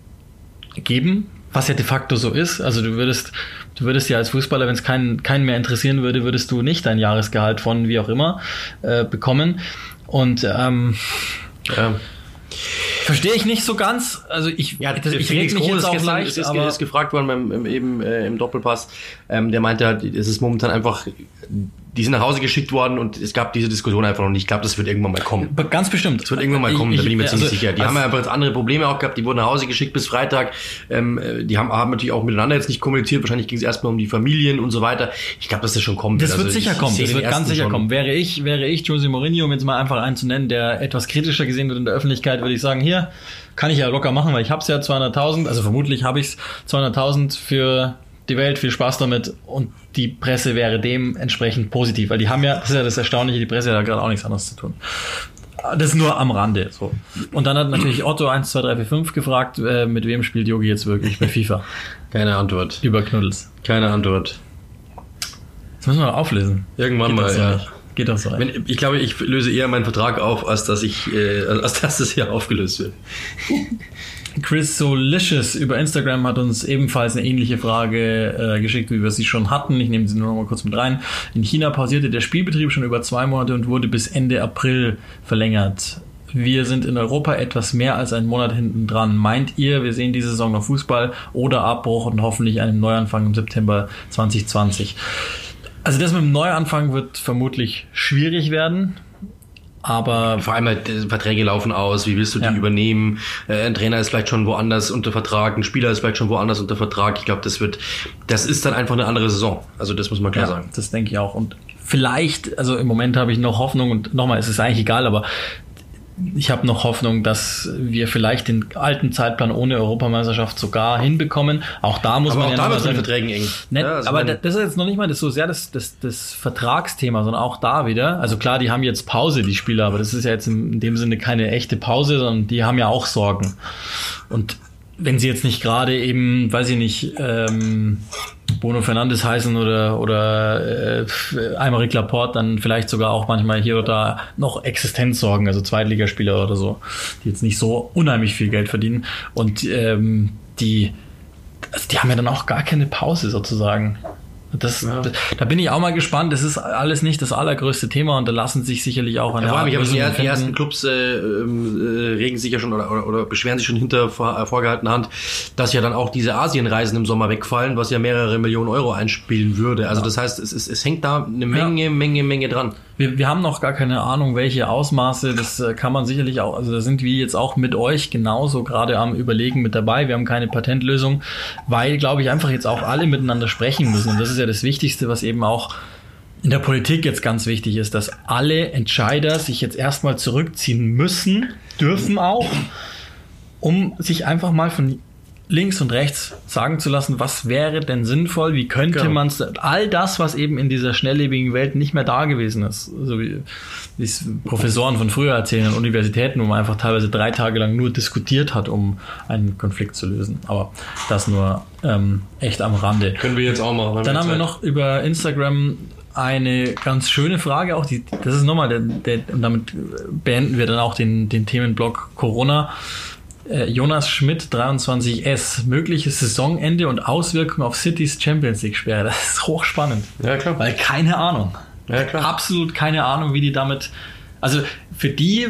geben, was ja de facto so ist, also du würdest, du würdest ja als Fußballer, wenn es keinen, keinen mehr interessieren würde, würdest du nicht dein Jahresgehalt von wie auch immer äh, bekommen. Und ähm, ja. Verstehe ich nicht so ganz. Also ich, ja, das, ich reg mich jetzt auch leicht. Es ist, ist gefragt worden beim, im, eben äh, im Doppelpass. Ähm, der meinte halt, es ist momentan einfach, die sind nach Hause geschickt worden und es gab diese Diskussion einfach noch nicht. Ich glaube, das wird irgendwann mal kommen. Ganz bestimmt. Das wird irgendwann mal kommen, ich, da bin ich mir also, ziemlich sicher. Die haben ja einfach jetzt andere Probleme auch gehabt, die wurden nach Hause geschickt bis Freitag. Ähm, die haben, haben natürlich auch miteinander jetzt nicht kommuniziert. Wahrscheinlich ging es erstmal um die Familien und so weiter. Ich glaube, dass das schon kommen wird. Das wird also, sicher kommen. Das wird ganz sicher schon kommen. Wäre ich, wäre ich Jose Mourinho, um jetzt mal einfach einen zu nennen, der etwas kritischer gesehen wird in der Öffentlichkeit, würde ich sagen, hier, kann ich ja locker machen, weil ich hab's ja zweihunderttausend, also vermutlich habe ich's zweihunderttausend für die Welt, viel Spaß damit und die Presse wäre dementsprechend positiv, weil die haben ja, das ist ja das Erstaunliche, die Presse hat ja gerade auch nichts anderes zu tun. Das ist nur am Rande, so. Und dann hat natürlich Otto eins zwei drei vier fünf gefragt, äh, mit wem spielt Jogi jetzt wirklich bei FIFA? Keine Antwort. Über Knuddels. Keine Antwort. Das müssen wir auflesen. Irgendwann mal, ja. geht doch so. Wenn, ich glaube, ich löse eher meinen Vertrag auf, als dass ich, äh, als dass das hier aufgelöst wird. Chris Solicious über Instagram hat uns ebenfalls eine ähnliche Frage äh, geschickt, wie wir sie schon hatten. Ich nehme sie nur noch mal kurz mit rein. In China pausierte der Spielbetrieb schon über zwei Monate und wurde bis Ende April verlängert. Wir sind in Europa etwas mehr als einen Monat hinten dran. Meint ihr, wir sehen diese Saison noch Fußball oder Abbruch und hoffentlich einen Neuanfang im September zwanzig zwanzig? Also das mit dem Neuanfang wird vermutlich schwierig werden. Aber vor allem halt, äh, Verträge laufen aus, wie willst du die ja. übernehmen? Äh, ein Trainer ist vielleicht schon woanders unter Vertrag, ein Spieler ist vielleicht schon woanders unter Vertrag. Ich glaube, das wird, das ist dann einfach eine andere Saison. Also das muss man klar ja, sagen. Das denke ich auch. Und vielleicht, also im Moment habe ich noch Hoffnung und nochmal, es ist eigentlich egal, aber ich habe noch Hoffnung, dass wir vielleicht den alten Zeitplan ohne Europameisterschaft sogar hinbekommen. Auch da muss aber man auch ja da noch wird sagen, mit Verträgen eng. Nicht, ja, also aber das ist jetzt noch nicht mal das so sehr das, das, das Vertragsthema, sondern auch da wieder. Also klar, die haben jetzt Pause, die Spieler, aber das ist ja jetzt in dem Sinne keine echte Pause, sondern die haben ja auch Sorgen. Und wenn sie jetzt nicht gerade eben, weiß ich nicht, ähm, Bruno Fernandes heißen oder oder äh, Aymeric Laporte, dann vielleicht sogar auch manchmal hier oder da noch Existenzsorgen, also Zweitligaspieler oder so, die jetzt nicht so unheimlich viel Geld verdienen und ähm, die also die haben ja dann auch gar keine Pause sozusagen. Das, ja. das, da bin ich auch mal gespannt. Das ist alles nicht das allergrößte Thema und da lassen sich sicherlich auch eine ja, Art ich habe Lösung die, finden. Die ersten Clubs äh, äh, regen sich ja schon oder, oder, oder beschweren sich schon hinter vor, vorgehaltener Hand, dass ja dann auch diese Asienreisen im Sommer wegfallen, was ja mehrere Millionen Euro einspielen würde. Also ja. das heißt, es, es, es hängt da eine Menge, ja. Menge, Menge dran. Wir, wir haben noch gar keine Ahnung, welche Ausmaße. Das kann man sicherlich auch, also da sind wir jetzt auch mit euch genauso gerade am Überlegen mit dabei. Wir haben keine Patentlösung, weil, glaube ich, einfach jetzt auch alle miteinander sprechen müssen. Und das ist ja das Wichtigste, was eben auch in der Politik jetzt ganz wichtig ist, dass alle Entscheider sich jetzt erstmal zurückziehen müssen, dürfen auch, um sich einfach mal von links und rechts sagen zu lassen, was wäre denn sinnvoll, wie könnte genau. man es, all das, was eben in dieser schnelllebigen Welt nicht mehr da gewesen ist, so wie wie es Professoren von früher erzählen an Universitäten, wo man einfach teilweise drei Tage lang nur diskutiert hat, um einen Konflikt zu lösen. Aber das nur ähm, echt am Rande. Können wir jetzt auch machen. Dann haben wir noch über Instagram eine ganz schöne Frage, auch die, das ist nochmal, der, der, und damit beenden wir dann auch den, den Themenblock Corona. Jonas Schmidt, dreiundzwanzig S. Mögliches Saisonende und Auswirkungen auf Citys Champions League Sperre. Das ist hochspannend. Ja, klar. Weil keine Ahnung. Ja, klar. Absolut keine Ahnung, wie die damit, also für die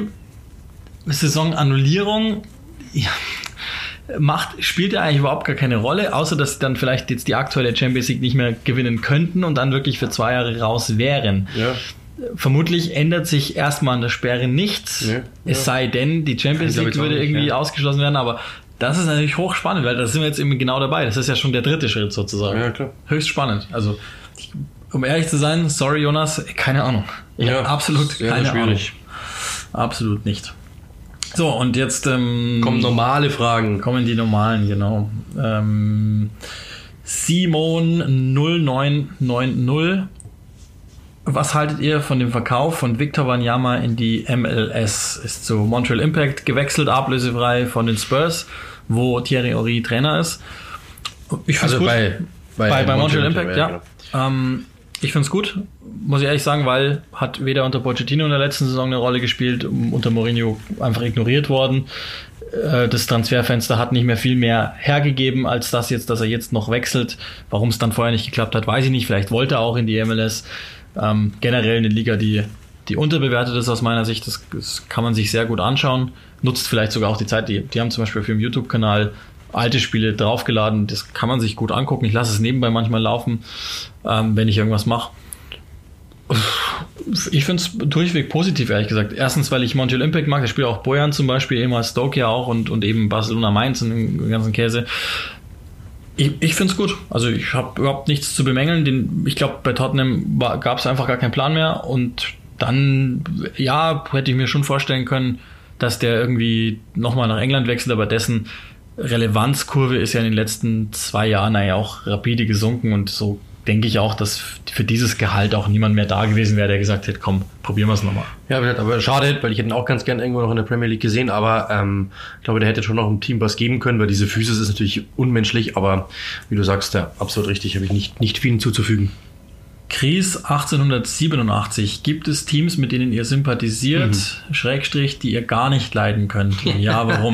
Saisonannullierung ja, macht, spielt ja eigentlich überhaupt gar keine Rolle, außer dass sie dann vielleicht jetzt die aktuelle Champions League nicht mehr gewinnen könnten und dann wirklich für zwei Jahre raus wären. Ja. Vermutlich ändert sich erstmal an der Sperre nichts, ja, es ja. sei denn, die Champions League würde nicht, irgendwie ja. ausgeschlossen werden, aber das ist natürlich hochspannend, weil da sind wir jetzt eben genau dabei. Das ist ja schon der dritte Schritt sozusagen. Ja, klar. Höchst spannend. Also, um ehrlich zu sein, sorry Jonas, keine Ahnung. Ich ja, absolut sehr, keine sehr schwierig. Ahnung. Absolut nicht. So, und jetzt ähm, kommen normale Fragen. Kommen die normalen, genau. Ähm, Simon null neun neun null. Was haltet ihr von dem Verkauf von Victor Wanyama in die M L S? Ist zu Montreal Impact gewechselt, ablösefrei von den Spurs, wo Thierry Henry Trainer ist. Ich also gut. Bei, bei, bei, bei Montreal Impact, ja. Genau. Ähm, ich finde es gut, muss ich ehrlich sagen, weil hat weder unter Pochettino in der letzten Saison eine Rolle gespielt, unter Mourinho einfach ignoriert worden. Das Transferfenster hat nicht mehr viel mehr hergegeben, als das jetzt, dass er jetzt noch wechselt. Warum es dann vorher nicht geklappt hat, weiß ich nicht. Vielleicht wollte er auch in die M L S. Ähm, generell eine Liga, die, die unterbewertet ist aus meiner Sicht. Das, das kann man sich sehr gut anschauen. Nutzt vielleicht sogar auch die Zeit. Die, die haben zum Beispiel auf ihrem YouTube-Kanal alte Spiele draufgeladen. Das kann man sich gut angucken. Ich lasse es nebenbei manchmal laufen, ähm, wenn ich irgendwas mache. Ich finde es durchweg positiv, ehrlich gesagt. Erstens, weil ich Montreal Impact mag. Da spielt auch Bojan zum Beispiel, ehemals Stoke ja auch und, und eben Barcelona Mainz und den ganzen Käse. Ich, ich finde es gut. Also ich habe überhaupt nichts zu bemängeln. Den, ich glaube, bei Tottenham gab es einfach gar keinen Plan mehr. Und dann, ja, hätte ich mir schon vorstellen können, dass der irgendwie nochmal nach England wechselt, aber dessen Relevanzkurve ist ja in den letzten zwei Jahren ja auch rapide gesunken und so denke ich auch, dass für dieses Gehalt auch niemand mehr da gewesen wäre, der gesagt hätte, komm, probieren wir es nochmal. Ja, aber schade, weil ich hätte ihn auch ganz gern irgendwo noch in der Premier League gesehen, aber ähm, ich glaube, der hätte schon noch im Team was geben können, weil diese Physis ist natürlich unmenschlich, aber wie du sagst, ja, absolut richtig, habe ich nicht, nicht viel hinzuzufügen. Chris achtzehnhundertsiebenundachtzig. Gibt es Teams, mit denen ihr sympathisiert, mhm. Schrägstrich, die ihr gar nicht leiden könnt? Ja, warum?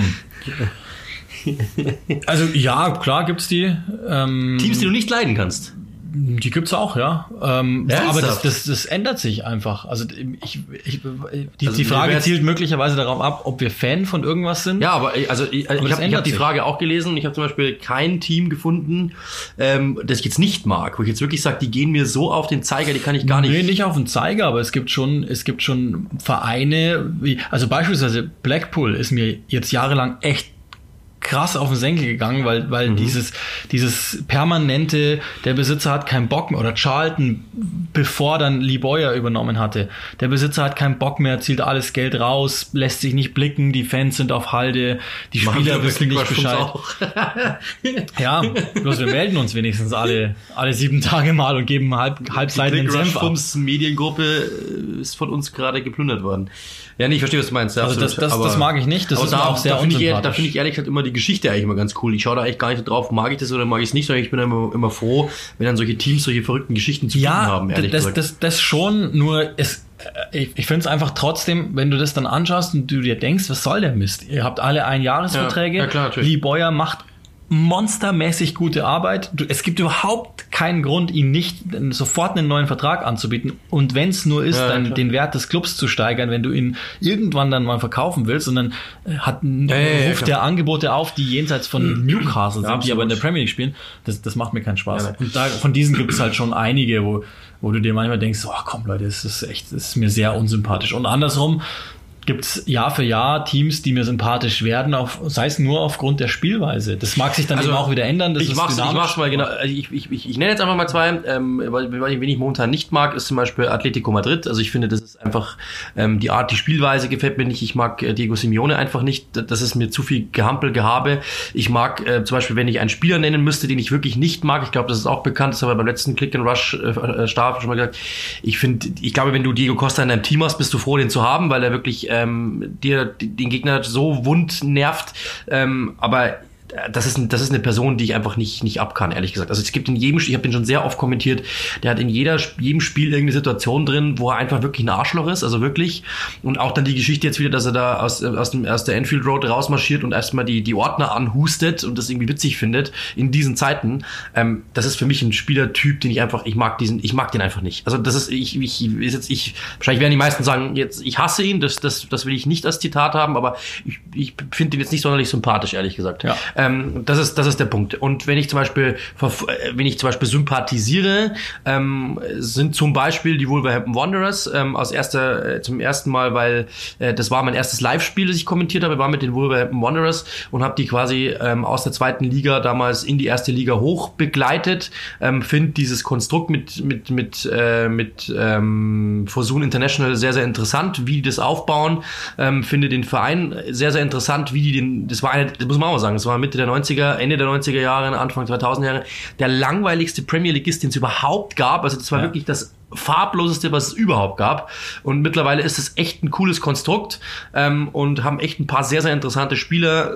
Also ja, klar gibt's die. Ähm, Teams, die du nicht leiden kannst? Die gibt's auch, ja. Ähm, aber das, das, das ändert sich einfach. Also ich, ich, die, also die Frage zielt möglicherweise darauf ab, ob wir Fan von irgendwas sind. Ja, aber also ich, also ich habe hab die Frage auch gelesen. Ich habe zum Beispiel kein Team gefunden, ähm, das ich jetzt nicht mag, wo ich jetzt wirklich sage, die gehen mir so auf den Zeiger, die kann ich gar nicht. Nee, nicht auf den Zeiger, aber es gibt schon, es gibt schon Vereine, wie, also beispielsweise Blackpool ist mir jetzt jahrelang echt krass auf den Senkel gegangen, weil weil mhm. dieses dieses permanente, der Besitzer hat keinen Bock mehr, oder Charlton, bevor dann Lee Bowyer übernommen hatte, der Besitzer hat keinen Bock mehr, zieht alles Geld raus, lässt sich nicht blicken, die Fans sind auf Halde, die Machen Spieler wissen nicht Bescheid. Ja, bloß wir melden uns wenigstens alle alle sieben Tage mal und geben halb halbseitigen den Senf ab. Die Mediengruppe ist von uns gerade geplündert worden. Ja, nee, ich verstehe, was du meinst. Ja, also das, das, aber, das mag ich nicht. Das ist da, auch sehr da finde ich, da finde ich ehrlich gesagt immer die Geschichte eigentlich immer ganz cool. Ich schaue da eigentlich gar nicht drauf, mag ich das oder mag ich es nicht, sondern ich bin immer, immer froh, wenn dann solche Teams solche verrückten Geschichten zu tun ja, haben, ehrlich das, gesagt. Das, das schon, nur es, ich, ich finde es einfach trotzdem, wenn du das dann anschaust und du dir denkst, was soll der Mist? Ihr habt alle Einjahresverträge. Ja, ja, klar, natürlich. Lee Bowyer macht monstermäßig gute Arbeit. Du, es gibt überhaupt keinen Grund, ihn nicht sofort einen neuen Vertrag anzubieten. Und wenn es nur ist, ja, dann klar. den Wert des Clubs zu steigern, wenn du ihn irgendwann dann mal verkaufen willst. Und dann hat, ja, ja, ruft ja, der Angebote auf, die jenseits von Newcastle ja, sind, die aber in der Premier League spielen. Das, das macht mir keinen Spaß. Ja, und da, von diesen gibt es halt schon einige, wo, wo du dir manchmal denkst, oh komm Leute, das ist echt, das ist mir sehr unsympathisch. Und andersrum gibt's Jahr für Jahr Teams, die mir sympathisch werden, auf, sei es nur aufgrund der Spielweise. Das mag sich dann also eben auch wieder ändern. Das ich, ist mach's, ich mach's mal genau. Also ich, ich, ich, ich nenne jetzt einfach mal zwei, ähm, weil, weil ich, wen ich momentan nicht mag, ist zum Beispiel Atletico Madrid. Also ich finde, das ist einfach ähm, die Art, die Spielweise gefällt mir nicht. Ich mag äh, Diego Simeone einfach nicht. Das ist mir zu viel Gehampel, Gehabe. Ich mag äh, zum Beispiel, wenn ich einen Spieler nennen müsste, den ich wirklich nicht mag, ich glaube, das ist auch bekannt, das habe ich beim letzten Click and Rush äh, Stab schon mal gesagt. Ich finde, ich glaube, wenn du Diego Costa in deinem Team hast, bist du froh, den zu haben, weil er wirklich ähm, dir den Gegner so wund nervt, ähm, aber das ist, das ist eine Person, die ich einfach nicht, nicht ab kann, ehrlich gesagt. Also es gibt in jedem, ich habe den schon sehr oft kommentiert, der hat in jeder, jedem Spiel irgendeine Situation drin, wo er einfach wirklich ein Arschloch ist, also wirklich. Und auch dann die Geschichte jetzt wieder, dass er da aus, aus, dem, aus der Anfield Road rausmarschiert und erstmal die, die Ordner anhustet und das irgendwie witzig findet in diesen Zeiten. Ähm, das ist für mich ein Spielertyp, den ich einfach, ich mag diesen, ich mag den einfach nicht. Also das ist, ich, ich, ist jetzt, ich, wahrscheinlich werden die meisten sagen, jetzt, ich hasse ihn, das, das, das will ich nicht als Zitat haben, aber ich, ich finde ihn jetzt nicht sonderlich sympathisch, ehrlich gesagt. Ja. Ähm, das ist, das ist der Punkt. Und wenn ich zum Beispiel, wenn ich zum Beispiel sympathisiere, ähm, sind zum Beispiel die Wolverhampton Wanderers ähm, aus erster, äh, zum ersten Mal, weil äh, das war mein erstes Live-Spiel, das ich kommentiert habe, war mit den Wolverhampton Wanderers und habe die quasi ähm, aus der zweiten Liga damals in die erste Liga hoch begleitet. Ähm, finde dieses Konstrukt mit mit mit äh, mit ähm, Fosun International sehr sehr interessant, wie die das aufbauen. Ähm, finde den Verein sehr sehr interessant, wie die den. Das war eine, das muss man auch sagen, das war Mitte der neunziger, Ende der neunziger Jahre, Anfang zweitausender Jahre, der langweiligste Premier Leagueist, den es überhaupt gab. Also das war ja. wirklich das farbloseste, was es überhaupt gab. Und mittlerweile ist es echt ein cooles Konstrukt ähm, und haben echt ein paar sehr, sehr interessante Spieler.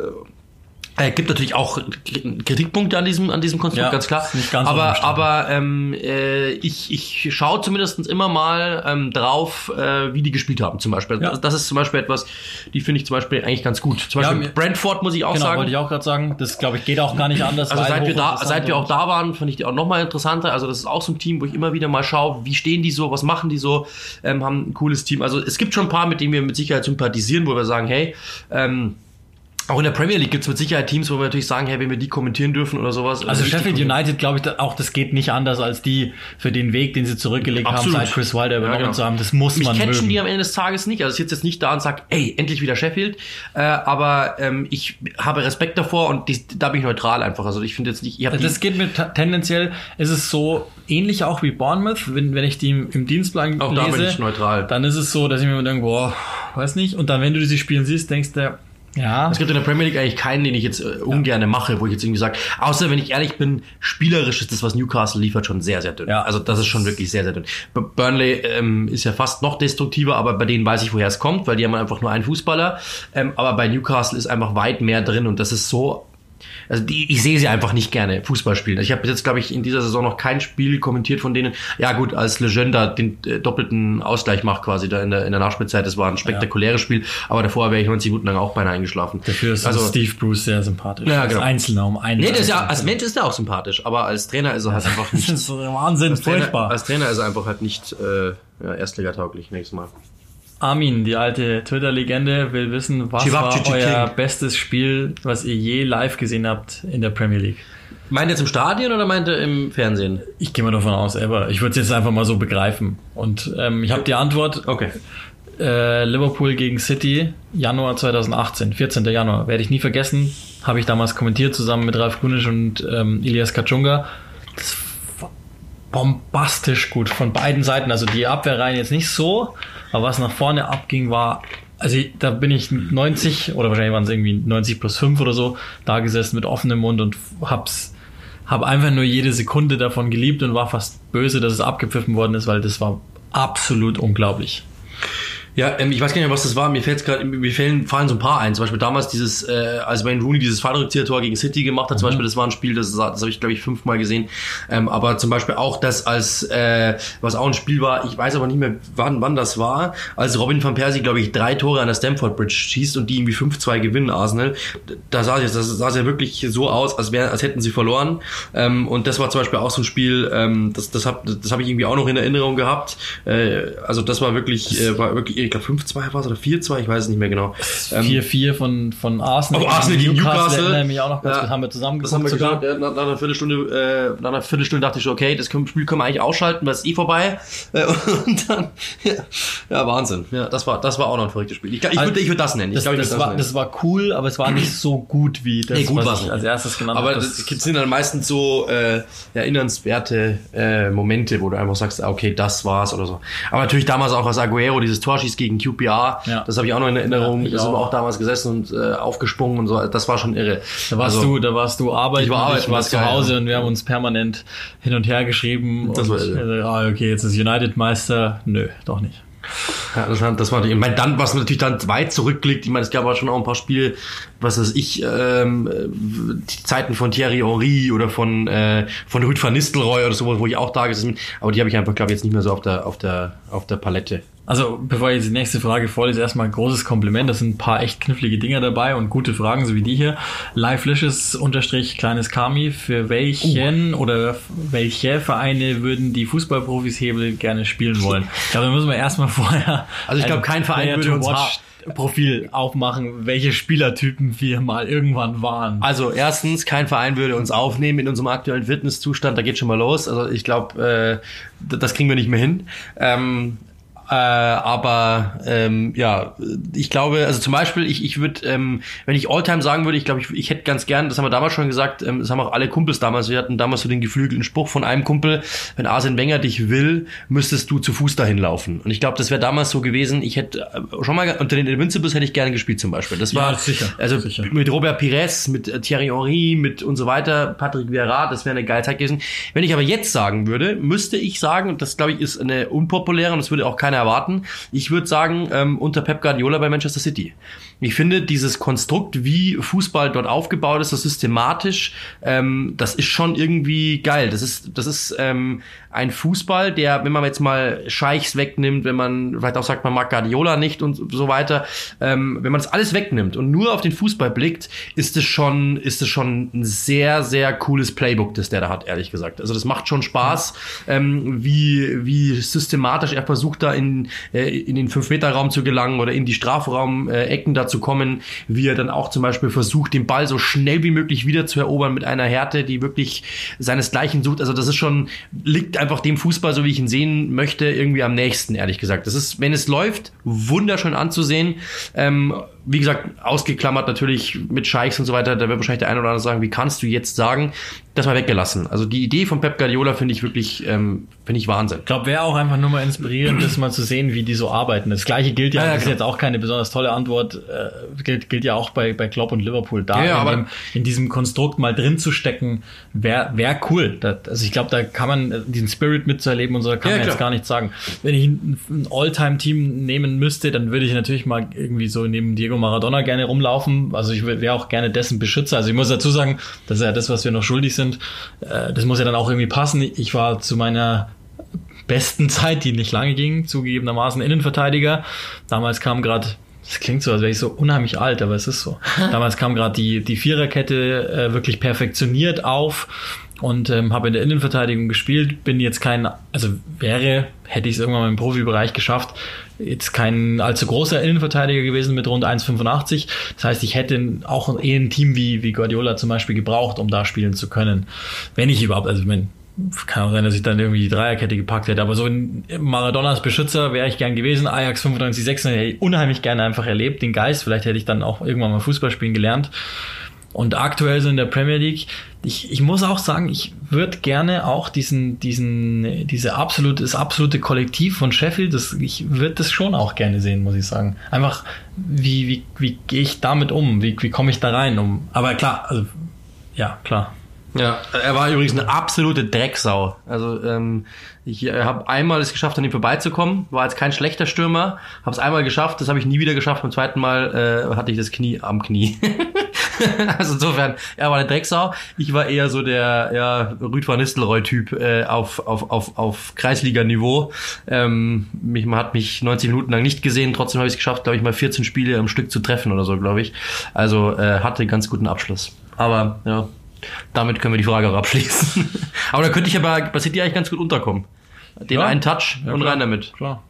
Es gibt natürlich auch Kritikpunkte an diesem an diesem Konstrukt, ja, ganz klar. Nicht ganz aber aber ähm, äh, ich ich schaue zumindest immer mal ähm, drauf, äh, wie die gespielt haben zum Beispiel. Ja. Das, das ist zum Beispiel etwas, die finde ich zum Beispiel eigentlich ganz gut. Zum Beispiel ja, Brentford muss ich auch genau, sagen. Genau, wollte ich auch gerade sagen. Das glaube ich geht auch gar nicht anders. Also seit wir da seit wir auch da waren, fand ich die auch noch mal interessanter. Also das ist auch so ein Team, wo ich immer wieder mal schaue, wie stehen die so, was machen die so, ähm, haben ein cooles Team. Also es gibt schon ein paar, mit denen wir mit Sicherheit sympathisieren, wo wir sagen, hey, ähm, auch in der Premier League gibt es mit Sicherheit Teams, wo wir natürlich sagen, hey, wenn wir die kommentieren dürfen oder sowas. Also Sheffield United, glaube ich, auch das geht nicht anders als die für den Weg, den sie zurückgelegt Absolut. haben, seit Chris Wilder übernommen ja, genau. zu haben. Das muss Mich man Mich catchen mögen. die am Ende des Tages nicht. Also ich sitze jetzt nicht da und sage, ey, endlich wieder Sheffield. Äh, aber ähm, ich habe Respekt davor und die, da bin ich neutral einfach. Also ich finde jetzt nicht... Ich hab das geht mit tendenziell, ist es so ähnlich auch wie Bournemouth, wenn, wenn ich die im, im Dienstplan auch lese. Da bin ich neutral. Dann ist es so, dass ich mir denke, boah, weiß nicht. Und dann, wenn du diese Spielen siehst, denkst du, ja. Es gibt in der Premier League eigentlich keinen, den ich jetzt äh, ungern ja. mache, wo ich jetzt irgendwie sage, außer wenn ich ehrlich bin, spielerisch ist das, was Newcastle liefert, schon sehr, sehr dünn. Ja. Also das ist schon wirklich sehr, sehr dünn. Burnley ähm, ist ja fast noch destruktiver, aber bei denen weiß ich, woher es kommt, weil die haben einfach nur einen Fußballer. Ähm, aber bei Newcastle ist einfach weit mehr drin und das ist so also die, ich sehe sie einfach nicht gerne Fußball spielen. Also ich habe jetzt, glaube ich, in dieser Saison noch kein Spiel kommentiert von denen. Ja gut, als Lejeune da den äh, doppelten Ausgleich macht quasi da in der, in der Nachspielzeit, das war ein spektakuläres ja. Spiel, aber davor wäre ich neunzig Minuten lang auch beinahe eingeschlafen. Dafür ist also Steve Bruce sehr sympathisch. Ja, genau. Als Einzelner um einen. Nee, das ist ja, als Mensch ist er auch sympathisch, aber als Trainer ist er halt einfach nicht. Das ist Wahnsinn, als Trainer, furchtbar. Als Trainer ist er einfach halt nicht äh, ja, erstligatauglich nächstes Mal. Armin, die alte Twitter-Legende, will wissen, was war euer bestes Spiel, was ihr je live gesehen habt in der Premier League? Meint ihr jetzt im Stadion oder meint ihr im Fernsehen? Ich gehe mal davon aus, ever. Ich würde es jetzt einfach mal so begreifen. Und ähm, ich habe die Antwort. Okay. Äh, Liverpool gegen City, Januar zweitausendachtzehn, vierzehnten Januar. Werde ich nie vergessen. Habe ich damals kommentiert, zusammen mit Ralf Gunisch und ähm, Ilias Kachunga. Das war bombastisch gut von beiden Seiten. Also die Abwehrreihen jetzt nicht so, aber was nach vorne abging, war, also da bin ich neunzig oder wahrscheinlich waren es irgendwie neunzig plus fünf oder so, da gesessen mit offenem Mund und hab's, hab einfach nur jede Sekunde davon geliebt und war fast böse, dass es abgepfiffen worden ist, weil das war absolut unglaublich. Ja, ähm, ich weiß gar nicht mehr, was das war. Mir fällt gerade, mir fallen, fallen so ein paar ein. Zum Beispiel damals dieses, äh, als Wayne Rooney dieses Fallrückzieher-Tor gegen City gemacht hat. Mhm. Zum Beispiel, das war ein Spiel, das, das habe ich, glaube ich, fünfmal gesehen. Ähm, aber zum Beispiel auch das, als äh, was auch ein Spiel war. Ich weiß aber nicht mehr, wann, wann das war. Als Robin van Persie, glaube ich, drei Tore an der Stamford Bridge schießt und die irgendwie fünf zwei gewinnen, Arsenal. Da sah es, das sah es ja wirklich so aus, als wären, als hätten sie verloren. Ähm, und das war zum Beispiel auch so ein Spiel. Ähm, das, das habe, das habe ich irgendwie auch noch in Erinnerung gehabt. Äh, also das war wirklich, äh, war wirklich. Ich glaube fünf zwei war es oder vier zwei, ich weiß es nicht mehr genau. vier vier von, von Arsenal. Oh, Arsenal gegen Newcastle. Das nämlich auch noch ganz ja, gut, haben wir zusammen geguckt. Das haben wir sogar. Ja, nach, nach einer Viertelstunde, äh, nach einer Viertelstunde dachte ich schon, okay, das Spiel können wir eigentlich ausschalten, weil es eh vorbei. Äh, und dann, ja, ja, Wahnsinn. Ja, das war, das war auch noch ein verrücktes Spiel. Ich, ich würde, ich würde das nennen. Ich das, glaub, ich das, das, war, nennen. das war cool, aber es war nicht so gut wie das, nee, gut was ich als erstes genannt habe. habe. Aber das, das sind dann meistens so äh, erinnernswerte äh, Momente, wo du einfach sagst, okay, das war's oder so. Aber natürlich damals auch, als Aguero dieses Tor schießt gegen Q P R. Ja. Das habe ich auch noch in Erinnerung. Ja, da sind wir auch damals gesessen und äh, aufgesprungen und so. Das war schon irre. Da warst also, du, da warst du arbeiten, ich war, arbeiten, ich war zu Hause ja. und wir haben uns permanent hin und her geschrieben. Das und, war irre. Äh, ah, okay, jetzt ist United Meister. Nö, doch nicht. Ja, das, das war, ich meine, dann, was natürlich dann weit zurückliegt, ich meine, es gab aber schon auch ein paar Spiele, was weiß ich, ähm, die Zeiten von Thierry Henry oder von, äh, von Ruud van Nistelrooy oder sowas, wo ich auch da gesessen bin, aber die habe ich einfach, glaube ich, jetzt nicht mehr so auf der, auf der, auf der Palette. Also, bevor ich jetzt die nächste Frage vorlese, erstmal ein großes Kompliment. Das sind ein paar echt knifflige Dinger dabei und gute Fragen, so wie die hier. Livelicious unterstrich kleines Kami. Für welchen uh. oder welche Vereine würden die Fußballprofis Hebel gerne spielen wollen? Ich glaube, da müssen wir erstmal vorher. Also, ich glaube, kein Verein würde uns Profil aufmachen, welche Spielertypen wir mal irgendwann waren. Also erstens, kein Verein würde uns aufnehmen in unserem aktuellen Fitnesszustand, da geht schon mal los. Also ich glaube, äh, das kriegen wir nicht mehr hin. Ähm, Äh, aber ähm, ja, ich glaube, also zum Beispiel, ich ich würde, ähm, wenn ich Alltime sagen würde, ich glaube, ich, ich hätte ganz gern, das haben wir damals schon gesagt, ähm, das haben auch alle Kumpels damals, wir hatten damals so den geflügelten Spruch von einem Kumpel, wenn Arsene Wenger dich will, müsstest du zu Fuß dahin laufen. Und ich glaube, das wäre damals so gewesen, ich hätte äh, schon mal, unter den Invincibles hätte ich gerne gespielt zum Beispiel. Das war, ja, sicher, also sicher. mit Robert Pires, mit äh, Thierry Henry, mit und so weiter, Patrick Vieira, das wäre eine geile Zeit gewesen. Wenn ich aber jetzt sagen würde, müsste ich sagen, und das glaube ich ist eine unpopuläre, und das würde auch keiner erwarten. Ich würde sagen, ähm, unter Pep Guardiola bei Manchester City. Ich finde, dieses Konstrukt, wie Fußball dort aufgebaut ist, so systematisch, ähm, das ist schon irgendwie geil. Das ist, das ist ähm, ein Fußball, der, wenn man jetzt mal Scheichs wegnimmt, wenn man vielleicht auch sagt, man mag Guardiola nicht und so weiter, ähm, wenn man das alles wegnimmt und nur auf den Fußball blickt, ist es schon, ist es schon ein sehr, sehr cooles Playbook, das der da hat, ehrlich gesagt. Also das macht schon Spaß, ähm, wie, wie systematisch er versucht, da in, äh, in den fünf-Meter-Raum zu gelangen oder in die Strafraum-Ecken da zu kommen, wie er dann auch zum Beispiel versucht, den Ball so schnell wie möglich wieder zu erobern mit einer Härte, die wirklich seinesgleichen sucht. Also das ist schon, liegt einfach dem Fußball, so wie ich ihn sehen möchte, irgendwie am nächsten, ehrlich gesagt. Das ist, wenn es läuft, wunderschön anzusehen. Ähm, wie gesagt, ausgeklammert natürlich mit Scheichs und so weiter, da wird wahrscheinlich der eine oder andere sagen, wie kannst du jetzt sagen, das mal weggelassen. Also die Idee von Pep Guardiola finde ich wirklich, ähm, finde ich Wahnsinn. Ich glaube, wäre auch einfach nur mal inspirierend, das mal zu sehen, wie die so arbeiten. Das Gleiche gilt ja, ja, ja das ist jetzt auch keine besonders tolle Antwort, äh, gilt, gilt ja auch bei, bei Klopp und Liverpool. Da ja, ja, in, aber dem, in diesem Konstrukt mal drin zu stecken, wäre wär cool. Das, also ich glaube, da kann man diesen Spirit mitzuerleben und so, da kann ja, man klar. jetzt gar nichts sagen. Wenn ich ein, ein All-Time-Team nehmen müsste, dann würde ich natürlich mal irgendwie so neben Diego Diego Maradona gerne rumlaufen. Also ich wäre auch gerne dessen Beschützer. Also ich muss dazu sagen, das ist ja das, was wir noch schuldig sind. Das muss ja dann auch irgendwie passen. Ich war zu meiner besten Zeit, die nicht lange ging, zugegebenermaßen Innenverteidiger. Damals kam gerade, das klingt so, als wäre ich so unheimlich alt, aber es ist so. Damals kam gerade die, die Viererkette äh, wirklich perfektioniert auf. Und ähm, habe in der Innenverteidigung gespielt, bin jetzt kein, also wäre, hätte ich es irgendwann mal im Profibereich geschafft, jetzt kein allzu großer Innenverteidiger gewesen mit rund eins Komma fünfundachtzig. Das heißt, ich hätte auch eh ein Team wie, wie Guardiola zum Beispiel gebraucht, um da spielen zu können. Wenn ich überhaupt, also wenn, kann auch sein, dass ich dann irgendwie die Dreierkette gepackt hätte, aber so in Maradonas Beschützer wäre ich gern gewesen. Ajax fünfundneunzig sechs hätte ich unheimlich gerne einfach erlebt, den Geist. Vielleicht hätte ich dann auch irgendwann mal Fußball spielen gelernt. Und aktuell so in der Premier League, ich, ich muss auch sagen, ich würde gerne auch diesen, diesen, diese absolute, das absolute Kollektiv von Sheffield, das, ich würde das schon auch gerne sehen, muss ich sagen. Einfach, wie, wie, wie gehe ich damit um? Wie, wie komme ich da rein? Um, aber klar, also, ja, klar. Ja, er war übrigens eine absolute Drecksau. Also ähm, ich äh, habe einmal es geschafft, an ihm vorbeizukommen. War jetzt kein schlechter Stürmer. Habe es einmal geschafft, das habe ich nie wieder geschafft. Beim zweiten Mal äh, hatte ich das Knie am Knie. Also insofern, er war eine Drecksau. Ich war eher so der ja, Rüd van Nistelrooy-Typ äh, auf, auf, auf, auf Kreisliga-Niveau. Ähm, mich, man hat mich neunzig Minuten lang nicht gesehen. Trotzdem habe ich es geschafft, glaube ich, mal vierzehn Spiele am Stück zu treffen oder so, glaube ich. Also äh, hatte einen ganz guten Abschluss. Aber ja, damit können wir die Frage auch abschließen. Aber da könnte ich aber bei City eigentlich ganz gut unterkommen. Den ja, einen Touch ja, und klar, rein damit. Klar.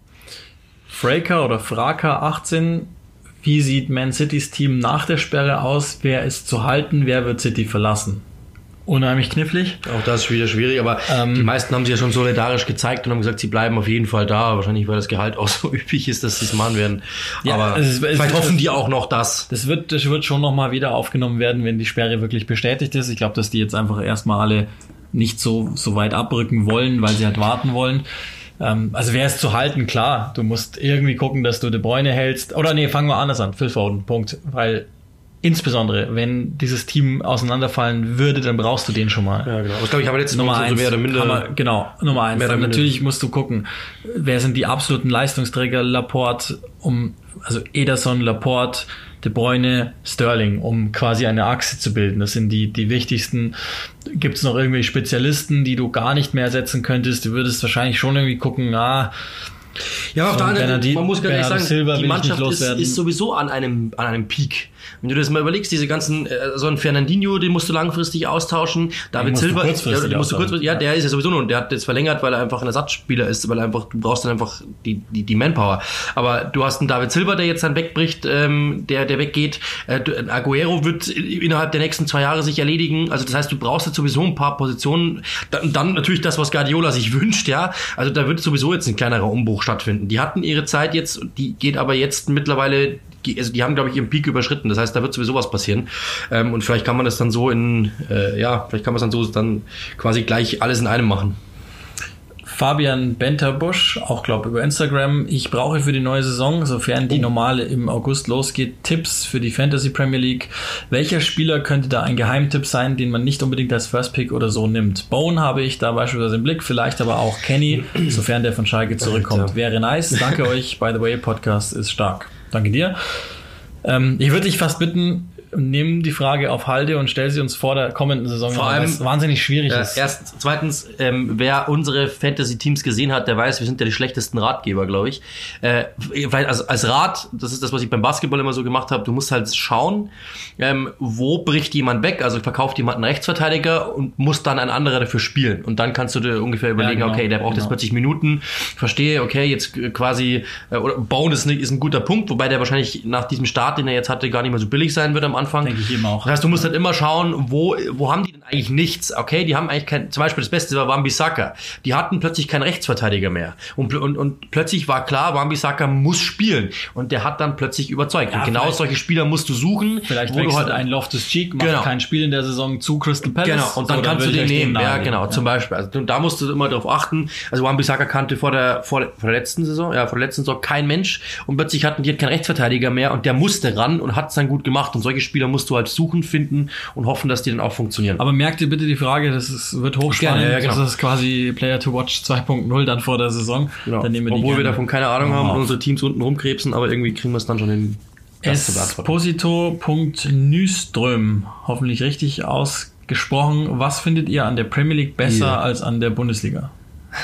Fraker oder Fraka achtzehn. Wie sieht Man Citys Team nach der Sperre aus? Wer ist zu halten? Wer wird City verlassen? Unheimlich knifflig. Auch das ist wieder schwierig, aber ähm, die meisten haben sich ja schon solidarisch gezeigt und haben gesagt, sie bleiben auf jeden Fall da. Wahrscheinlich, weil das Gehalt auch so üppig ist, dass sie es machen werden. Ja, aber es ist, es vielleicht hoffen die auch noch das. Das wird, das wird schon nochmal wieder aufgenommen werden, wenn die Sperre wirklich bestätigt ist. Ich glaube, dass die jetzt einfach erstmal alle nicht so, so weit abrücken wollen, weil sie halt warten wollen. Also wer ist zu halten, klar. Du musst irgendwie gucken, dass du De Bruyne hältst. Oder nee, fangen wir anders an. Phil Foden, Punkt. Weil insbesondere, wenn dieses Team auseinanderfallen würde, dann brauchst du den schon mal. Ja, genau. Das glaube ich aber letztes Nummer Mal eins, so mehr oder minder. Man, genau, Nummer eins. Dann natürlich musst du gucken, wer sind die absoluten Leistungsträger? Laporte, um, also Ederson, Laporte, De Bruyne, Sterling, um quasi eine Achse zu bilden. Das sind die, die wichtigsten. Gibt es noch irgendwelche Spezialisten, die du gar nicht mehr ersetzen könntest? Du würdest wahrscheinlich schon irgendwie gucken, ah, ja, aber auf der anderen Seite, man muss ganz ehrlich sagen, Silva die Mannschaft ist, ist sowieso an einem, an einem Peak. Wenn du das mal überlegst, diese ganzen, äh, so ein Fernandinho, den musst du langfristig austauschen. David Silva, der, den musst du kurzfristig, ja, der ist ja sowieso nur, der hat jetzt verlängert, weil er einfach ein Ersatzspieler ist, weil er einfach, du brauchst dann einfach die, die, die Manpower. Aber du hast einen David Silva, der jetzt dann wegbricht, ähm, der, der weggeht. Äh, ein Aguero wird innerhalb der nächsten zwei Jahre sich erledigen. Also das heißt, du brauchst jetzt sowieso ein paar Positionen. Dann, dann natürlich das, was Guardiola sich wünscht, ja. Also da wird sowieso jetzt ein kleinerer Umbruch stattfinden. Die hatten ihre Zeit jetzt, die geht aber jetzt mittlerweile, also die haben, glaube ich, ihren Peak überschritten. Das heißt, da wird sowieso was passieren. Ähm, und vielleicht kann man das dann so in, äh, ja, vielleicht kann man es dann so dann quasi gleich alles in einem machen. Fabian Benterbusch, auch glaube über Instagram. Ich brauche für die neue Saison, sofern die normale im August losgeht, Tipps für die Fantasy Premier League. Welcher Spieler könnte da ein Geheimtipp sein, den man nicht unbedingt als First Pick oder so nimmt? Bone habe ich da beispielsweise im Blick, vielleicht aber auch Kenny, sofern der von Schalke zurückkommt. Alter. Wäre nice. Danke euch. By the way, Podcast ist stark. Danke dir. Ähm, ich würde dich fast bitten, nimm die Frage auf Halde und stell sie uns vor der kommenden Saison. Vor allem, weil es wahnsinnig schwierig äh, ist. Erst, zweitens, ähm, wer unsere Fantasy-Teams gesehen hat, der weiß, wir sind ja die schlechtesten Ratgeber, glaube ich. Äh, weil also als Rat, das ist das, was ich beim Basketball immer so gemacht habe, du musst halt schauen, ähm, wo bricht jemand weg, also verkauft jemand einen Rechtsverteidiger und muss dann ein anderer dafür spielen. Und dann kannst du dir ungefähr überlegen, ja, genau, okay, der braucht genau. jetzt vierzig Minuten, verstehe, okay, jetzt quasi, äh, oder Bone ist, ist ein guter Punkt, wobei der wahrscheinlich nach diesem Start, den er jetzt hatte, gar nicht mehr so billig sein wird am Anfang. Denke ich eben auch. Das heißt, du musst halt immer schauen, wo, wo haben die denn eigentlich nichts? Okay, die haben eigentlich kein, zum Beispiel das Beste war Wan-Bissaka. Die hatten plötzlich keinen Rechtsverteidiger mehr. Und, und, und plötzlich war klar, Wan-Bissaka muss spielen. Und der hat dann plötzlich überzeugt. Ja, und genau solche Spieler musst du suchen. Vielleicht wo du halt ein Loftus-Cheek, macht genau. kein Spiel in der Saison zu Crystal Palace. Genau, und dann so, kannst dann du den nehmen. Ja, genau, ja. Zum Beispiel. Also da musst du immer darauf achten. Also Wan-Bissaka kannte vor der, vor der, vor der letzten Saison, ja, vor der letzten Saison kein Mensch. Und plötzlich hatten die keinen Rechtsverteidiger mehr und der musste ran und hat es dann gut gemacht. Und solche Spieler musst du halt suchen, finden und hoffen, dass die dann auch funktionieren. Aber merkt ihr bitte die Frage, das ist, wird hochspannend. Ja, ja, genau. Das ist quasi Player to Watch zwei Punkt null dann vor der Saison. Genau. Dann nehmen wir Obwohl die wir davon keine Ahnung oh. haben und unsere Teams unten rumkrebsen, aber irgendwie kriegen wir es dann schon hin. das zu beantworten. Esposito.nyström, hoffentlich richtig ausgesprochen. Was findet ihr an der Premier League besser yeah. als an der Bundesliga?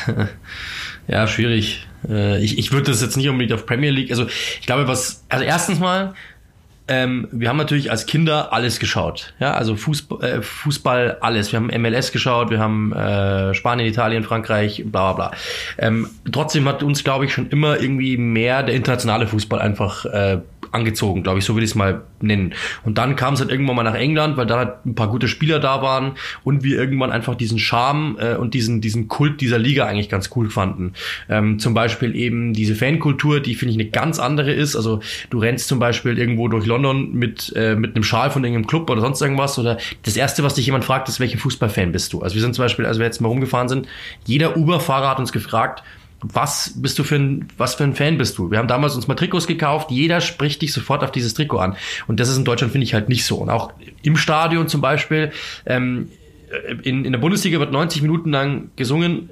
Ja, schwierig. Ich, ich würde das jetzt nicht unbedingt auf Premier League, also ich glaube, was, also erstens mal, Ähm, wir haben natürlich als Kinder alles geschaut, ja, also Fußball, äh, Fußball alles. Wir haben M L S geschaut, wir haben äh, Spanien, Italien, Frankreich, bla bla bla. Ähm, trotzdem hat uns, glaube ich, schon immer irgendwie mehr der internationale Fußball einfach äh, angezogen, glaube ich, so will ich es mal nennen. Und dann kam es halt irgendwann mal nach England, weil da halt ein paar gute Spieler da waren und wir irgendwann einfach diesen Charme äh, und diesen diesen Kult dieser Liga eigentlich ganz cool fanden. Ähm, zum Beispiel eben diese Fankultur, die finde ich eine ganz andere ist. Also du rennst zum Beispiel irgendwo durch London mit äh, mit einem Schal von irgendeinem Club oder sonst irgendwas, oder das Erste, was dich jemand fragt, ist, welcher Fußballfan bist du? Also wir sind zum Beispiel, als wir jetzt mal rumgefahren sind, jeder Uber-Fahrer hat uns gefragt, was bist du für ein, was für ein Fan bist du? Wir haben damals uns mal Trikots gekauft, jeder spricht dich sofort auf dieses Trikot an. Und das ist in Deutschland, finde ich, halt nicht so. Und auch im Stadion zum Beispiel, ähm, in, in der Bundesliga wird neunzig Minuten lang gesungen,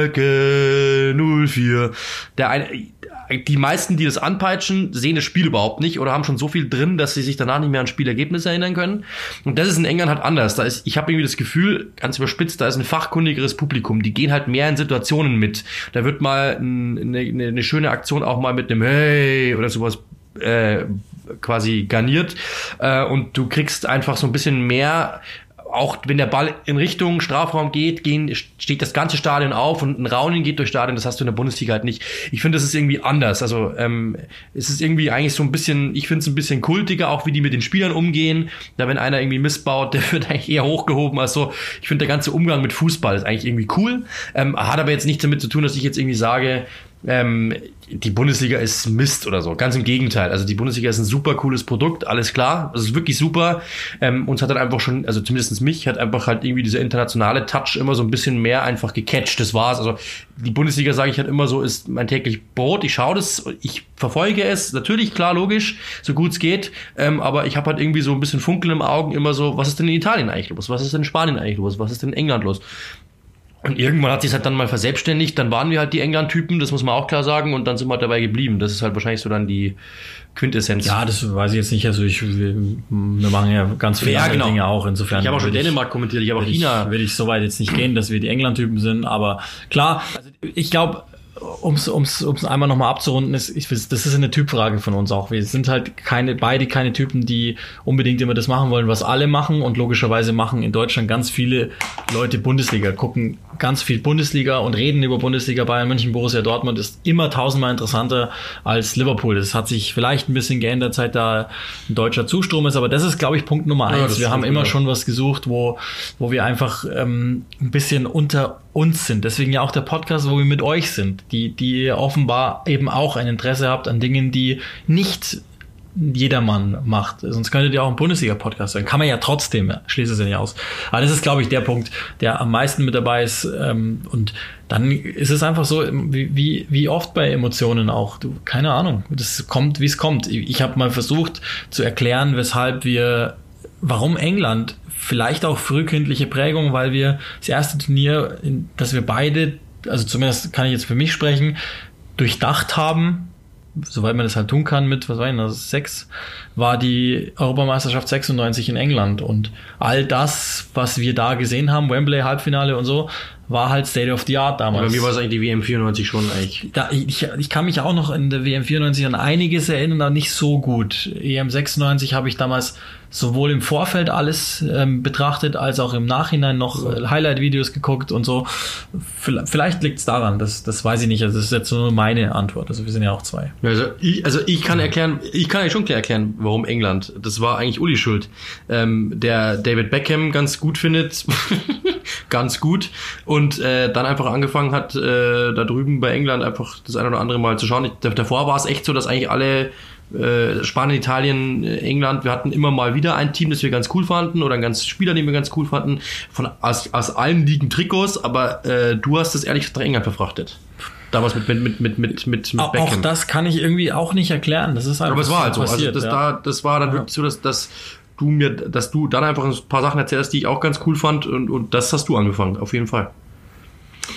Schalke null vier. Der eine, die meisten, die das anpeitschen, sehen das Spiel überhaupt nicht oder haben schon so viel drin, dass sie sich danach nicht mehr an Spielergebnisse erinnern können. Und das ist in England halt anders. Da ist, ich habe irgendwie das Gefühl, ganz überspitzt, da ist ein fachkundigeres Publikum. Die gehen halt mehr in Situationen mit. Da wird mal eine, eine, eine schöne Aktion auch mal mit einem Hey oder sowas äh, quasi garniert. Äh, und du kriegst einfach so ein bisschen mehr. Auch wenn der Ball in Richtung Strafraum geht, gehen, steht das ganze Stadion auf und ein Raunen geht durch Stadion, das hast du in der Bundesliga halt nicht. Ich finde, das ist irgendwie anders. Also ähm, es ist irgendwie eigentlich so ein bisschen, ich finde es ein bisschen kultiger, auch wie die mit den Spielern umgehen. Da wenn einer irgendwie missbaut, der wird eigentlich eher hochgehoben als so. Ich finde, der ganze Umgang mit Fußball ist eigentlich irgendwie cool. Ähm, hat aber jetzt nichts damit zu tun, dass ich jetzt irgendwie sage, ähm, die Bundesliga ist Mist oder so. Ganz im Gegenteil. Also die Bundesliga ist ein super cooles Produkt, alles klar. Das ist wirklich super. Ähm, uns hat dann einfach schon, also zumindest mich, hat einfach halt irgendwie dieser internationale Touch immer so ein bisschen mehr einfach gecatcht. Das war's. Also die Bundesliga, sage ich halt immer so, ist mein täglich Brot. Ich schaue das, ich verfolge es. Natürlich, klar, logisch, so gut es geht. Ähm, aber ich habe halt irgendwie so ein bisschen Funkeln im Augen immer so, was ist denn in Italien eigentlich los? Was ist denn in Spanien eigentlich los? Was ist denn in England los? Und irgendwann hat sich halt dann mal verselbstständigt, dann waren wir halt die England-Typen, das muss man auch klar sagen, und dann sind wir halt dabei geblieben. Das ist halt wahrscheinlich so dann die Quintessenz. Ja, das weiß ich jetzt nicht, also ich, wir, wir machen ja ganz viele ja, andere genau. Dinge auch, insofern. Ich habe auch schon Dänemark kommentiert, ich habe auch China. Ich, will ich so weit jetzt nicht gehen, dass wir die England-Typen sind, aber klar, also ich glaube, ums ums ums einmal nochmal abzurunden, ist, ich, das ist eine Typfrage von uns auch. Wir sind halt keine, beide keine Typen, die unbedingt immer das machen wollen, was alle machen, und logischerweise machen in Deutschland ganz viele Leute Bundesliga, gucken ganz viel Bundesliga und reden über Bundesliga. Bayern München, Borussia Dortmund ist immer tausendmal interessanter als Liverpool. Das hat sich vielleicht ein bisschen geändert, seit da ein deutscher Zustrom ist, aber das ist, glaube ich, Punkt Nummer eins. Ja, wir haben immer schon was gesucht, wo wo wir einfach ähm, ein bisschen unter uns sind. Deswegen ja auch der Podcast, wo wir mit euch sind, die die ihr offenbar eben auch ein Interesse habt an Dingen, die nicht jedermann macht. Sonst könntet ihr auch einen Bundesliga-Podcast sein. Kann man ja trotzdem, schließt es ja nicht aus. Aber das ist, glaube ich, der Punkt, der am meisten mit dabei ist. Und dann ist es einfach so, wie, wie, wie oft bei Emotionen auch. Du, keine Ahnung. Das kommt, wie es kommt. Ich habe mal versucht zu erklären, weshalb wir, warum England, vielleicht auch frühkindliche Prägung, weil wir das erste Turnier, das wir beide, also zumindest kann ich jetzt für mich sprechen, durchdacht haben, soweit man das halt tun kann, mit, was war denn das, sechs, war die Europameisterschaft sechsundneunzig in England. Und all das, was wir da gesehen haben, Wembley, Halbfinale und so, war halt State of the Art damals. Aber mir war es eigentlich die W M vierundneunzig schon eigentlich. Da, ich, ich kann mich auch noch in der W M vierundneunzig an einiges erinnern, aber nicht so gut. E M sechsundneunzig habe ich damals sowohl im Vorfeld alles ähm, betrachtet, als auch im Nachhinein noch äh, Highlight-Videos geguckt und so. Vielleicht liegt es daran, das, das weiß ich nicht. Also das ist jetzt nur meine Antwort. Also wir sind ja auch zwei. Also ich, also ich kann erklären, ich kann eigentlich schon klar erklären, warum England. Das war eigentlich Uli schuld. Ähm, der David Beckham ganz gut findet, ganz gut, und äh, dann einfach angefangen hat, äh, da drüben bei England einfach das eine oder andere Mal zu schauen. Ich, davor war es echt so, dass eigentlich alle Äh, Spanien, Italien, England, wir hatten immer mal wieder ein Team, das wir ganz cool fanden, oder einen ganz Spieler, den wir ganz cool fanden, von aus, aus allen Ligen Trikots, aber äh, du hast es ehrlich nach England verfrachtet. Damals mit mit mit mit mit mit, mit Beckham. Auch das kann ich irgendwie auch nicht erklären. Das ist einfach aber es war halt so. Passiert, also das ja. da, das war dann ja. wirklich so, dass dass du mir, dass du dann einfach ein paar Sachen erzählst, die ich auch ganz cool fand, und und das hast du angefangen, auf jeden Fall.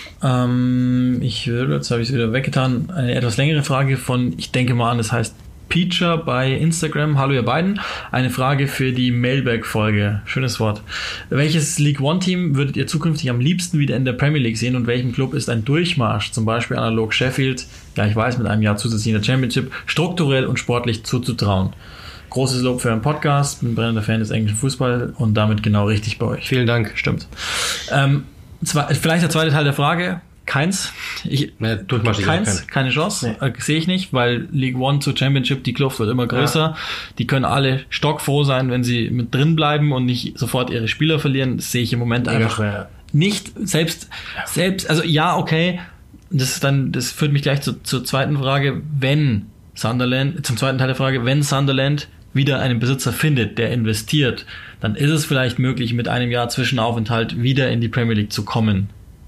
Ähm, ich würde, jetzt habe ich es wieder weggetan, eine etwas längere Frage von, ich denke mal an, das heißt Peacher bei Instagram. Hallo ihr beiden. Eine Frage für die Mailback-Folge. Schönes Wort. Welches League One Team würdet ihr zukünftig am liebsten wieder in der Premier League sehen und welchem Club ist ein Durchmarsch, zum Beispiel analog Sheffield, ja ich weiß, mit einem Jahr zusätzlich in der Championship, strukturell und sportlich zuzutrauen? Großes Lob für einen Podcast, bin brennender Fan des englischen Fußball und damit genau richtig bei euch. Vielen Dank. Stimmt. Ähm, zwar, vielleicht der zweite Teil der Frage. Keins. Ich, nee, Durchmarsch keins, keine Chance. Nee. Äh, sehe ich nicht, weil League One zu Championship, die Kluft wird immer größer. Ja. Die können alle stockfroh sein, wenn sie mit drin bleiben und nicht sofort ihre Spieler verlieren. Das sehe ich im Moment Mega einfach schwer. Nicht. Selbst, ja. selbst, also ja, okay. Das ist dann, das führt mich gleich zu, zur zweiten Frage. Wenn Sunderland, zum zweiten Teil der Frage, wenn Sunderland wieder einen Besitzer findet, der investiert, dann ist es vielleicht möglich, mit einem Jahr Zwischenaufenthalt wieder in die Premier League zu kommen.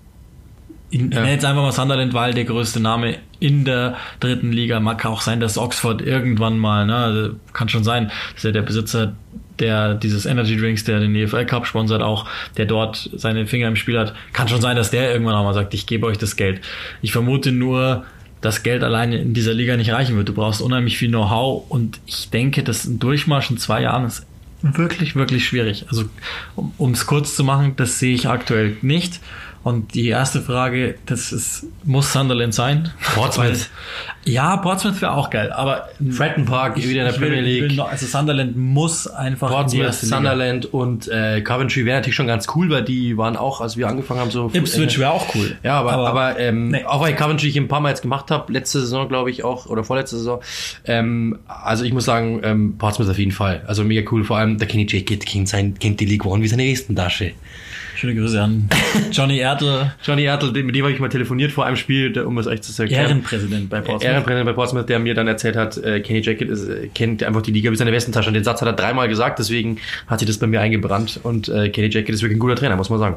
Ich ja. nenne jetzt einfach mal Sunderland, weil der größte Name in der dritten Liga, mag auch sein, dass Oxford irgendwann mal, ne, also kann schon sein, dass er der Besitzer, der dieses Energy Drinks, der den E F L Cup sponsert auch, der dort seine Finger im Spiel hat, kann schon sein, dass der irgendwann auch mal sagt, ich gebe euch das Geld. Ich vermute nur, dass Geld alleine in dieser Liga nicht reichen wird. Du brauchst unheimlich viel Know-how und ich denke, dass ein Durchmarsch in zwei Jahren ist wirklich, wirklich schwierig. Also um es kurz zu machen, das sehe ich aktuell nicht. Und die erste Frage, das ist, muss Sunderland sein? Portsmouth. Ja, Portsmouth wäre auch geil, aber Fratton Park wieder in der Premier League. Noch, also Sunderland muss einfach Portsmouth, in die erste Sunderland Liga. Und äh, Coventry wäre natürlich schon ganz cool, weil die waren auch, als wir angefangen haben, so... Ipswich wäre auch cool. Ja, aber, aber, aber ähm, nee. auch weil Coventry ich ein paar Mal jetzt gemacht habe, letzte Saison glaube ich auch, oder vorletzte Saison. Ähm, also ich muss sagen, ähm, Portsmouth auf jeden Fall. Also mega cool, vor allem der Kenny Jackett kennt, sein, kennt die League One wie seine Westentasche. Schöne Grüße an Johnny Ertl. Johnny Ertl, mit dem habe ich mal telefoniert vor einem Spiel, der, um es euch zu erklären. Ehrenpräsident bei Portsmouth. Ehrenpräsident bei Portsmouth, der mir dann erzählt hat, äh, Kenny Jackett ist, äh, kennt einfach die Liga wie seine Westentasche. Und den Satz hat er dreimal gesagt, deswegen hat sich das bei mir eingebrannt. Und äh, Kenny Jackett ist wirklich ein guter Trainer, muss man sagen.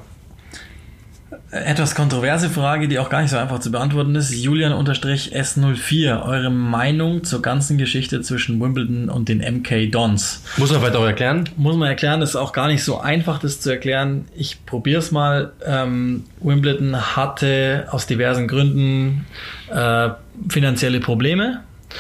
Etwas kontroverse Frage, die auch gar nicht so einfach zu beantworten ist. Julian-S null vier, eure Meinung zur ganzen Geschichte zwischen Wimbledon und den M K Dons? Muss man vielleicht auch erklären? Muss man erklären, das ist auch gar nicht so einfach, das zu erklären. Ich probiere es mal. Ähm, Wimbledon hatte aus diversen Gründen äh, finanzielle Probleme.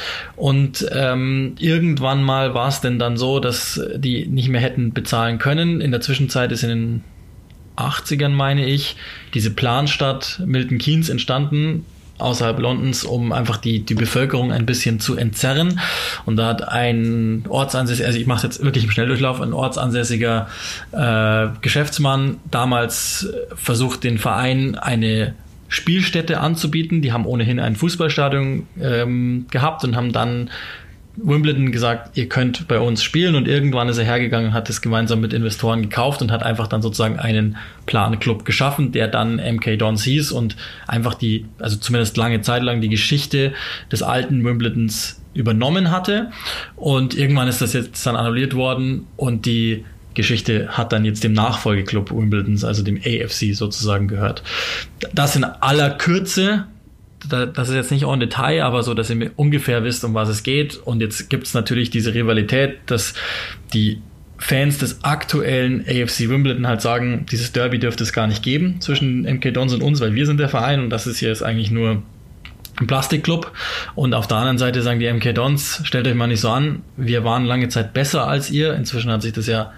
Und ähm, irgendwann mal war es denn dann so, dass die nicht mehr hätten bezahlen können. In der Zwischenzeit ist in den achtzigern, meine ich, diese Planstadt Milton Keynes entstanden, außerhalb Londons, um einfach die, die Bevölkerung ein bisschen zu entzerren. Und da hat ein ortsansässiger, also ich mache es jetzt wirklich im Schnelldurchlauf, ein ortsansässiger äh, Geschäftsmann damals versucht, den Verein eine Spielstätte anzubieten. Die haben ohnehin ein Fußballstadion ähm, gehabt und haben dann Wimbledon gesagt, ihr könnt bei uns spielen, und irgendwann ist er hergegangen und hat das gemeinsam mit Investoren gekauft und hat einfach dann sozusagen einen Plan-Club geschaffen, der dann M K Dons hieß und einfach die, also zumindest lange Zeit lang die Geschichte des alten Wimbledons übernommen hatte, und irgendwann ist das jetzt dann annulliert worden und die Geschichte hat dann jetzt dem Nachfolgeclub Wimbledons, also dem A F C sozusagen, gehört. Das in aller Kürze. Das ist jetzt nicht en Detail, aber so, dass ihr ungefähr wisst, um was es geht. Und jetzt gibt es natürlich diese Rivalität, dass die Fans des aktuellen A F C Wimbledon halt sagen, dieses Derby dürfte es gar nicht geben zwischen M K Dons und uns, weil wir sind der Verein und das ist hier ist eigentlich nur ein Plastikclub. Und auf der anderen Seite sagen die M K Dons, stellt euch mal nicht so an, wir waren lange Zeit besser als ihr. Inzwischen hat sich das ja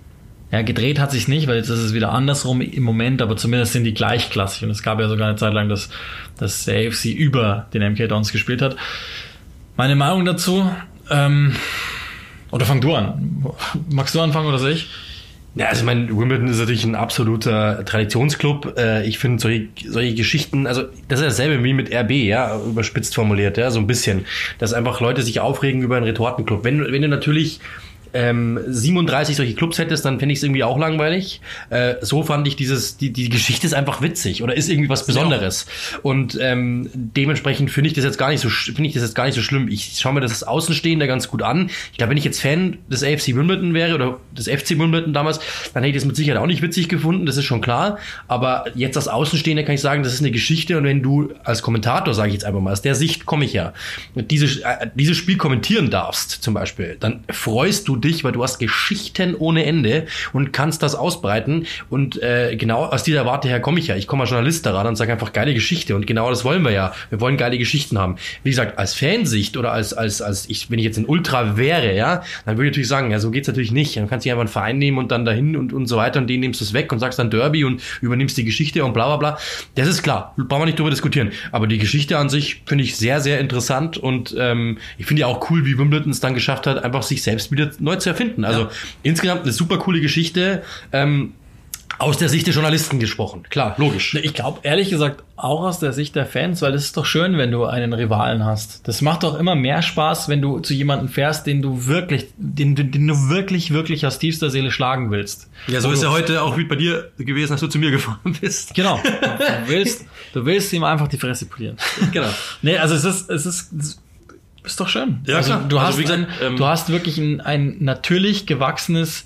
Ja, gedreht hat sich's nicht, weil jetzt ist es wieder andersrum im Moment, aber zumindest sind die gleichklassig. Und es gab ja sogar eine Zeit lang, dass, dass der A F C über den M K Dons gespielt hat. Meine Meinung dazu, ähm, oder fang du an. Magst du anfangen oder soll ich? Ja, also ich meine, Wimbledon ist natürlich ein absoluter Traditionsclub. Ich finde solche, solche Geschichten, also das ist dasselbe wie mit R B, ja, überspitzt formuliert, ja, so ein bisschen. Dass einfach Leute sich aufregen über einen Retortenclub. Wenn, wenn du natürlich ähm, siebenunddreißig solche Clubs hättest, dann fände ich es irgendwie auch langweilig. Äh, so fand ich dieses, die, die Geschichte ist einfach witzig oder ist irgendwie was Besonderes. Ja. Und ähm, dementsprechend finde ich das jetzt gar nicht so, finde ich das jetzt gar nicht so schlimm. Ich schaue mir das als Außenstehender ganz gut an. Ich glaube, wenn ich jetzt Fan des A F C Wimbledon wäre oder des F C Wimbledon damals, dann hätte ich das mit Sicherheit auch nicht witzig gefunden, das ist schon klar. Aber jetzt als Außenstehender kann ich sagen, das ist eine Geschichte, und wenn du als Kommentator, sage ich jetzt einfach mal, aus der Sicht komme ich ja, diese, äh, dieses Spiel kommentieren darfst zum Beispiel, dann freust du nur dich, weil du hast Geschichten ohne Ende und kannst das ausbreiten. Und äh, genau aus dieser Warte her komme ich ja. Ich komme als Journalist daran und sage einfach geile Geschichte. Und genau das wollen wir ja. Wir wollen geile Geschichten haben. Wie gesagt, als Fansicht oder als als als ich, wenn ich jetzt ein Ultra wäre, ja, dann würde ich natürlich sagen, ja, so geht's natürlich nicht. Dann kannst du nicht einfach einen Verein nehmen und dann dahin und und so weiter und den nimmst du es weg und sagst dann Derby und übernimmst die Geschichte und bla bla bla. Das ist klar. Brauchen wir nicht drüber diskutieren. Aber die Geschichte an sich finde ich sehr, sehr interessant und ähm, ich finde ja auch cool, wie Wimbledon es dann geschafft hat, einfach sich selbst wieder neu zu erfinden. Also ja. Insgesamt eine super coole Geschichte. Ähm, aus der Sicht der Journalisten gesprochen. Klar, logisch. Ich glaube, ehrlich gesagt, auch aus der Sicht der Fans, weil es ist doch schön, wenn du einen Rivalen hast. Das macht doch immer mehr Spaß, wenn du zu jemandem fährst, den du wirklich, den, den du wirklich, wirklich aus tiefster Seele schlagen willst. Ja, so ist ja heute auch wie bei dir gewesen, als du zu mir gefahren bist. Genau. Du willst, du willst ihm einfach die Fresse polieren. Genau. Nee, also es ist, es ist, es ist doch schön. Ja, also klar. du also hast, wie gesagt, ein, ähm, du hast wirklich ein, ein natürlich gewachsenes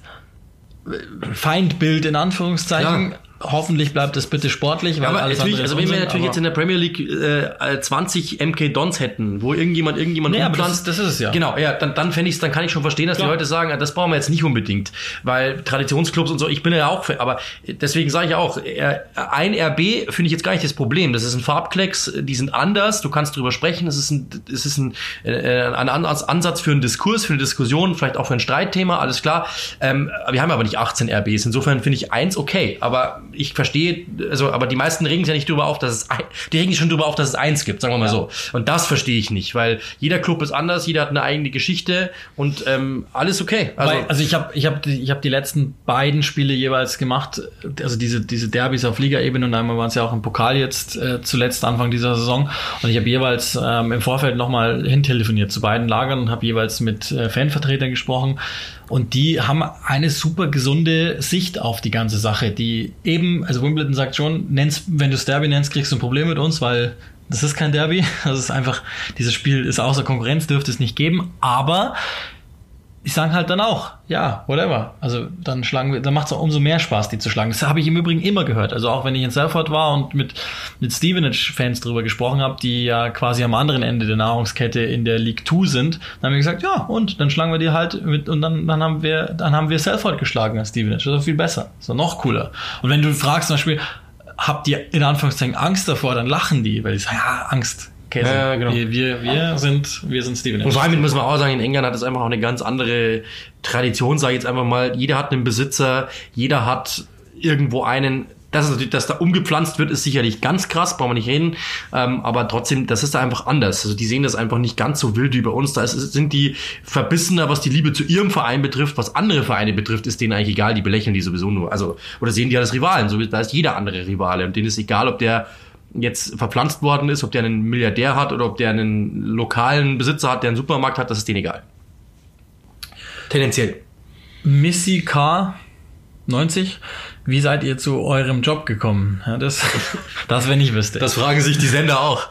Feindbild in Anführungszeichen. Ja. Hoffentlich bleibt es bitte sportlich, weil ja, aber alles natürlich, andere also wenn wir Unsinn, natürlich jetzt in der Premier League äh, zwanzig M K Dons hätten, wo irgendjemand irgendjemand nee, aber das, umpflanzt, ist, das ist es ja. Genau, ja, dann dann fände ich dann kann ich schon verstehen, dass Klar. die Leute sagen, das brauchen wir jetzt nicht unbedingt, weil Traditionsclubs und so, ich bin ja auch, aber deswegen sage ich auch, ein R B finde ich jetzt gar nicht das Problem. Das ist ein Farbklecks, die sind anders, du kannst drüber sprechen, es ist ein es ist ein, äh, ein Ansatz für einen Diskurs, für eine Diskussion, vielleicht auch für ein Streitthema, alles klar. Ähm, wir haben aber nicht achtzehn R Bs, insofern finde ich eins okay, aber ich verstehe, also, aber die meisten regen sich ja nicht drüber auf, dass es, ein, die regen sich schon drüber auf, dass es eins gibt, sagen wir mal ja. so. Und das verstehe ich nicht, weil jeder Club ist anders, jeder hat eine eigene Geschichte und ähm, alles okay. Also, weil, also ich habe, ich habe, ich habe die letzten beiden Spiele jeweils gemacht, also diese diese Derbys auf Ligaebene und einmal waren es ja auch im Pokal jetzt äh, zuletzt Anfang dieser Saison und ich habe jeweils ähm, im Vorfeld nochmal hintelefoniert zu beiden Lagern und habe jeweils mit äh, Fanvertretern gesprochen. Und die haben eine super gesunde Sicht auf die ganze Sache, die eben, also Wimbledon sagt schon, nenn's, wenn du es Derby nennst, kriegst du ein Problem mit uns, weil das ist kein Derby. Das ist einfach, dieses Spiel ist außer Konkurrenz, dürfte es nicht geben, aber ich sage halt dann auch, ja, whatever. Also dann schlagen wir, dann macht es auch umso mehr Spaß, die zu schlagen. Das habe ich im Übrigen immer gehört. Also auch wenn ich in Salford war und mit mit Stevenage-Fans drüber gesprochen habe, die ja quasi am anderen Ende der Nahrungskette in der League zwei sind, dann haben wir gesagt, ja, und dann schlagen wir die halt mit und dann dann haben wir dann haben wir Salford geschlagen als Stevenage. Das ist viel besser. Das ist noch cooler. Und wenn du fragst zum Beispiel, habt ihr in Anführungszeichen Angst davor, dann lachen die, weil die sagen, ja, Angst. Okay, ja, ja, genau. Wir, wir, wir sind, wir sind Stevenage. Und vor allem muss man auch sagen, in England hat es einfach auch eine ganz andere Tradition, sage ich jetzt einfach mal. Jeder hat einen Besitzer, jeder hat irgendwo einen. Das ist natürlich, dass da umgepflanzt wird, ist sicherlich ganz krass, brauchen wir nicht reden. Ähm, aber trotzdem, das ist da einfach anders. Also die sehen das einfach nicht ganz so wild wie bei uns. Da ist, sind die verbissener, was die Liebe zu ihrem Verein betrifft. Was andere Vereine betrifft, ist denen eigentlich egal. Die belächeln die sowieso nur. Also, oder sehen die als Rivalen. So, da ist jeder andere Rivale. Und denen ist egal, ob der jetzt verpflanzt worden ist, ob der einen Milliardär hat oder ob der einen lokalen Besitzer hat, der einen Supermarkt hat, das ist denen egal. Tendenziell. Missy K. neunzig, wie seid ihr zu eurem Job gekommen? Ja, das, das wenn ich wüsste. Das fragen sich die Sender auch.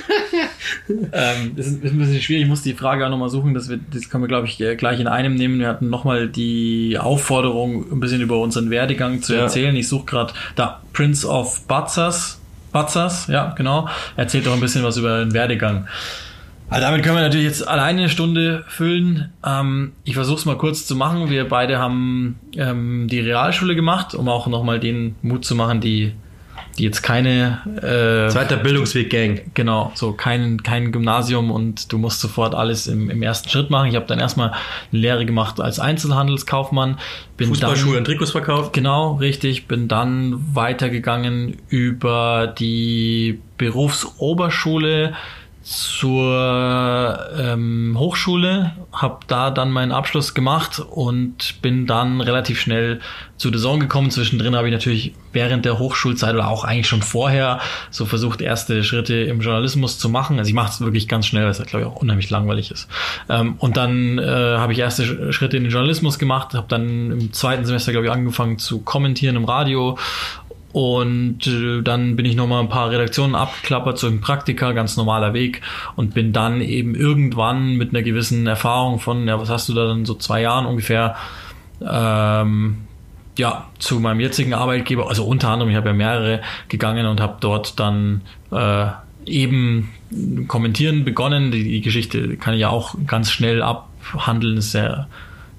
ähm, das ist ein bisschen schwierig, ich muss die Frage auch nochmal suchen, das, wird, das können wir, glaube ich, gleich in einem nehmen. Wir hatten nochmal die Aufforderung, ein bisschen über unseren Werdegang zu ja. erzählen. Ich suche gerade, da, Prince of Batzas, Batzas, ja, genau. Erzählt doch ein bisschen was über den Werdegang. Also damit können wir natürlich jetzt alleine eine Stunde füllen. Ähm, ich versuche es mal kurz zu machen. Wir beide haben ähm, die Realschule gemacht, um auch nochmal den Mut zu machen, die die jetzt keine äh, zweiter Bildungsweg Gang. Genau, so kein kein Gymnasium und du musst sofort alles im, im ersten Schritt machen. Ich habe dann erstmal eine Lehre gemacht als Einzelhandelskaufmann. Bin Fußballschuhe und Trikots verkauft. Genau, richtig. Bin dann weitergegangen über die Berufsoberschule zur ähm, Hochschule, habe da dann meinen Abschluss gemacht und bin dann relativ schnell zu The Zone gekommen. Zwischendrin habe ich natürlich während der Hochschulzeit oder auch eigentlich schon vorher so versucht, erste Schritte im Journalismus zu machen. Also ich mache es wirklich ganz schnell, weil es, glaube ich, auch unheimlich langweilig ist. Ähm, und dann äh, habe ich erste Schritte in den Journalismus gemacht, habe dann im zweiten Semester, glaube ich, angefangen zu kommentieren im Radio. Und äh, dann bin ich nochmal ein paar Redaktionen abgeklappert, so im Praktika, ganz normaler Weg und bin dann eben irgendwann mit einer gewissen Erfahrung von, ja, was hast du da dann, so zwei Jahren ungefähr, ähm, ja, zu meinem jetzigen Arbeitgeber, also unter anderem, ich habe ja mehrere gegangen und habe dort dann äh, eben kommentieren begonnen. Die, die Geschichte kann ich ja auch ganz schnell abhandeln, ist sehr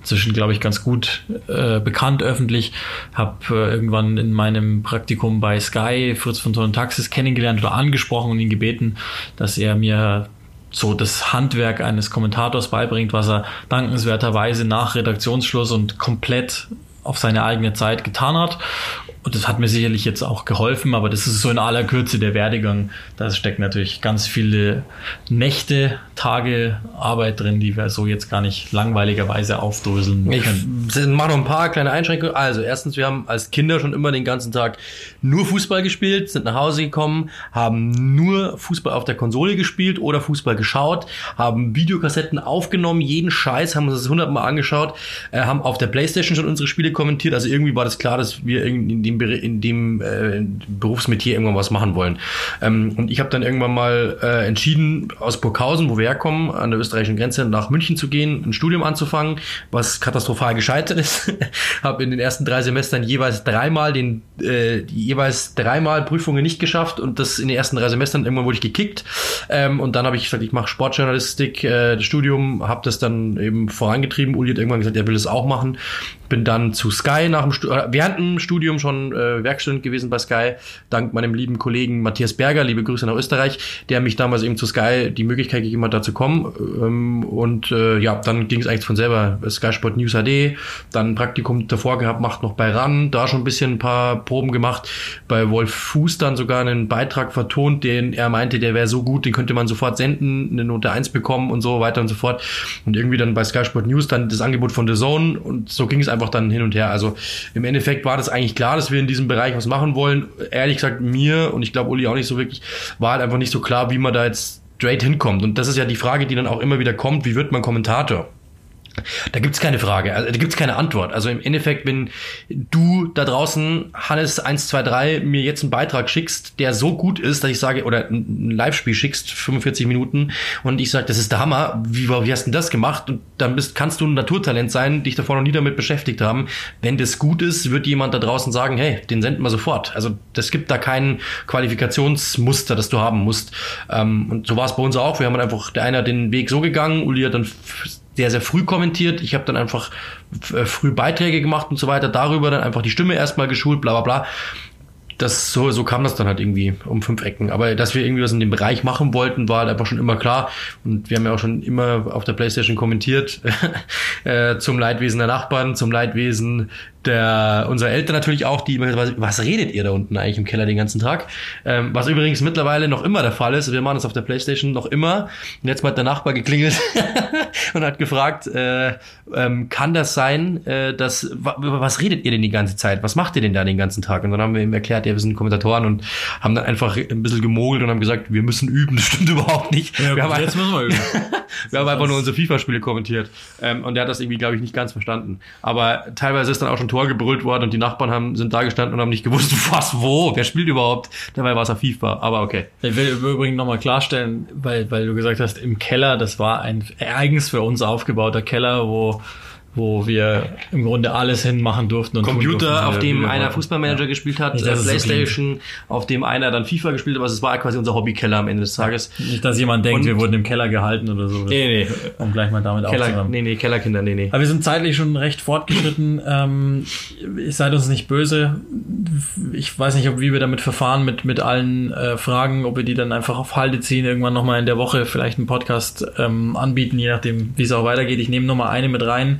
inzwischen, glaube ich, ganz gut äh, bekannt öffentlich. Habe äh, irgendwann in meinem Praktikum bei Sky Fritz von Thurn und Taxis kennengelernt oder angesprochen und ihn gebeten, dass er mir so das Handwerk eines Kommentators beibringt, was er dankenswerterweise nach Redaktionsschluss und komplett auf seine eigene Zeit getan hat. Und das hat mir sicherlich jetzt auch geholfen, aber das ist so in aller Kürze der Werdegang. Da steckt natürlich ganz viele Nächte, Tage Arbeit drin, die wir so jetzt gar nicht langweiligerweise aufdröseln können. Ich mache noch ein paar kleine Einschränkungen. Also erstens, wir haben als Kinder schon immer den ganzen Tag nur Fußball gespielt, sind nach Hause gekommen, haben nur Fußball auf der Konsole gespielt oder Fußball geschaut, haben Videokassetten aufgenommen, jeden Scheiß, haben uns das hundertmal angeschaut, äh, haben auf der Playstation schon unsere Spiele kommentiert. Also irgendwie war das klar, dass wir in dem in dem äh, Berufsmetier irgendwann was machen wollen. Ähm, und ich habe dann irgendwann mal äh, entschieden, aus Burghausen, wo wir herkommen, an der österreichischen Grenze nach München zu gehen, ein Studium anzufangen, was katastrophal gescheitert ist. Habe in den ersten drei Semestern jeweils dreimal den äh, die jeweils dreimal Prüfungen nicht geschafft und das in den ersten drei Semestern irgendwann wurde ich gekickt. Ähm, und dann habe ich gesagt, ich mache Sportjournalistik, äh, das Studium, habe das dann eben vorangetrieben. Uli hat irgendwann gesagt, er will das auch machen. Bin dann zu Sky nach dem Stu- während dem Studium schon äh, Werkstudent gewesen bei Sky, dank meinem lieben Kollegen Matthias Berger, liebe Grüße nach Österreich, der mich damals eben zu Sky die Möglichkeit gegeben hat, da zu kommen. Ähm, und äh, ja, dann ging es eigentlich von selber. Sky Sport News H D, dann ein Praktikum davor gehabt, macht noch bei R A N, da schon ein bisschen ein paar Proben gemacht. Bei Wolf Fuß dann sogar einen Beitrag vertont, den er meinte, der wäre so gut, den könnte man sofort senden, eine Note eins bekommen und so weiter und so fort. Und irgendwie dann bei Sky Sport News dann das Angebot von The Zone und so ging es einfach dann hin und her. Also im Endeffekt war das eigentlich klar, dass wir in diesem Bereich was machen wollen. Ehrlich gesagt, mir und ich glaube Uli auch nicht so wirklich, war halt einfach nicht so klar, wie man da jetzt straight hinkommt. Und das ist ja die Frage, die dann auch immer wieder kommt, wie wird man Kommentator? Da gibt's keine Frage, also da gibt's keine Antwort. Also im Endeffekt, wenn du da draußen, Hannes eins zwei drei, mir jetzt einen Beitrag schickst, der so gut ist, dass ich sage, oder ein Live-Spiel schickst, fünfundvierzig Minuten, und ich sage, das ist der Hammer, wie, wie hast du denn das gemacht? Und dann bist, kannst du ein Naturtalent sein, dich davor noch nie damit beschäftigt haben. Wenn das gut ist, wird jemand da draußen sagen, hey, den senden wir sofort. Also das gibt da kein Qualifikationsmuster, das du haben musst. Und so war es bei uns auch. Wir haben einfach, der eine hat den Weg so gegangen, Uli hat dann sehr, sehr früh kommentiert. Ich habe dann einfach f- früh Beiträge gemacht und so weiter. Darüber dann einfach die Stimme erstmal geschult, bla bla bla. Das, so, so kam das dann halt irgendwie um fünf Ecken. Aber dass wir irgendwie was in dem Bereich machen wollten, war halt einfach schon immer klar. Und wir haben ja auch schon immer auf der PlayStation kommentiert. äh, zum Leidwesen der Nachbarn, zum Leidwesen der unserer Eltern natürlich auch, die immer gesagt haben, was redet ihr da unten eigentlich im Keller den ganzen Tag? Ähm, was übrigens mittlerweile noch immer der Fall ist. Wir machen das auf der PlayStation noch immer. Und jetzt mal hat der Nachbar geklingelt und hat gefragt, äh, ähm, kann das sein, äh, dass, wa- was redet ihr denn die ganze Zeit? Was macht ihr denn da den ganzen Tag? Und dann haben wir ihm erklärt, ja, wir sind Kommentatoren und haben dann einfach ein bisschen gemogelt und haben gesagt, wir müssen üben. Das stimmt überhaupt nicht. Ja, wir gut, haben jetzt müssen wir üben. wir haben einfach nur unsere FIFA-Spiele kommentiert. Ähm, und der hat das irgendwie, glaube ich, nicht ganz verstanden. Aber teilweise ist dann auch schon Tor gebrüllt worden und die Nachbarn haben, sind da gestanden und haben nicht gewusst, was, wo, wer spielt überhaupt. Dabei war es auf FIFA, aber okay. Ich will übrigens nochmal klarstellen, weil, weil du gesagt hast, im Keller, das war ein eigens für uns aufgebauter Keller, wo wo wir im Grunde alles hinmachen durften. Und Computer, durften, auf dem einer wollten. Fußballmanager ja. gespielt hat, Nicht, äh, dass es so Playstation, klingt. auf dem einer dann FIFA gespielt hat, aber es war quasi unser Hobbykeller am Ende des Tages. Nicht, dass jemand denkt, Und- wir wurden im Keller gehalten oder so. Nee, nee. Um gleich mal damit Keller, aufzuhören. nee, nee, Kellerkinder, nee, nee. Aber wir sind zeitlich schon recht fortgeschritten. Ähm, seid uns nicht böse. Ich weiß nicht, ob wie wir damit verfahren mit mit allen äh, Fragen, ob wir die dann einfach auf Halde ziehen, irgendwann nochmal in der Woche vielleicht einen Podcast ähm, anbieten, je nachdem, wie es auch weitergeht. Ich nehme nochmal eine mit rein,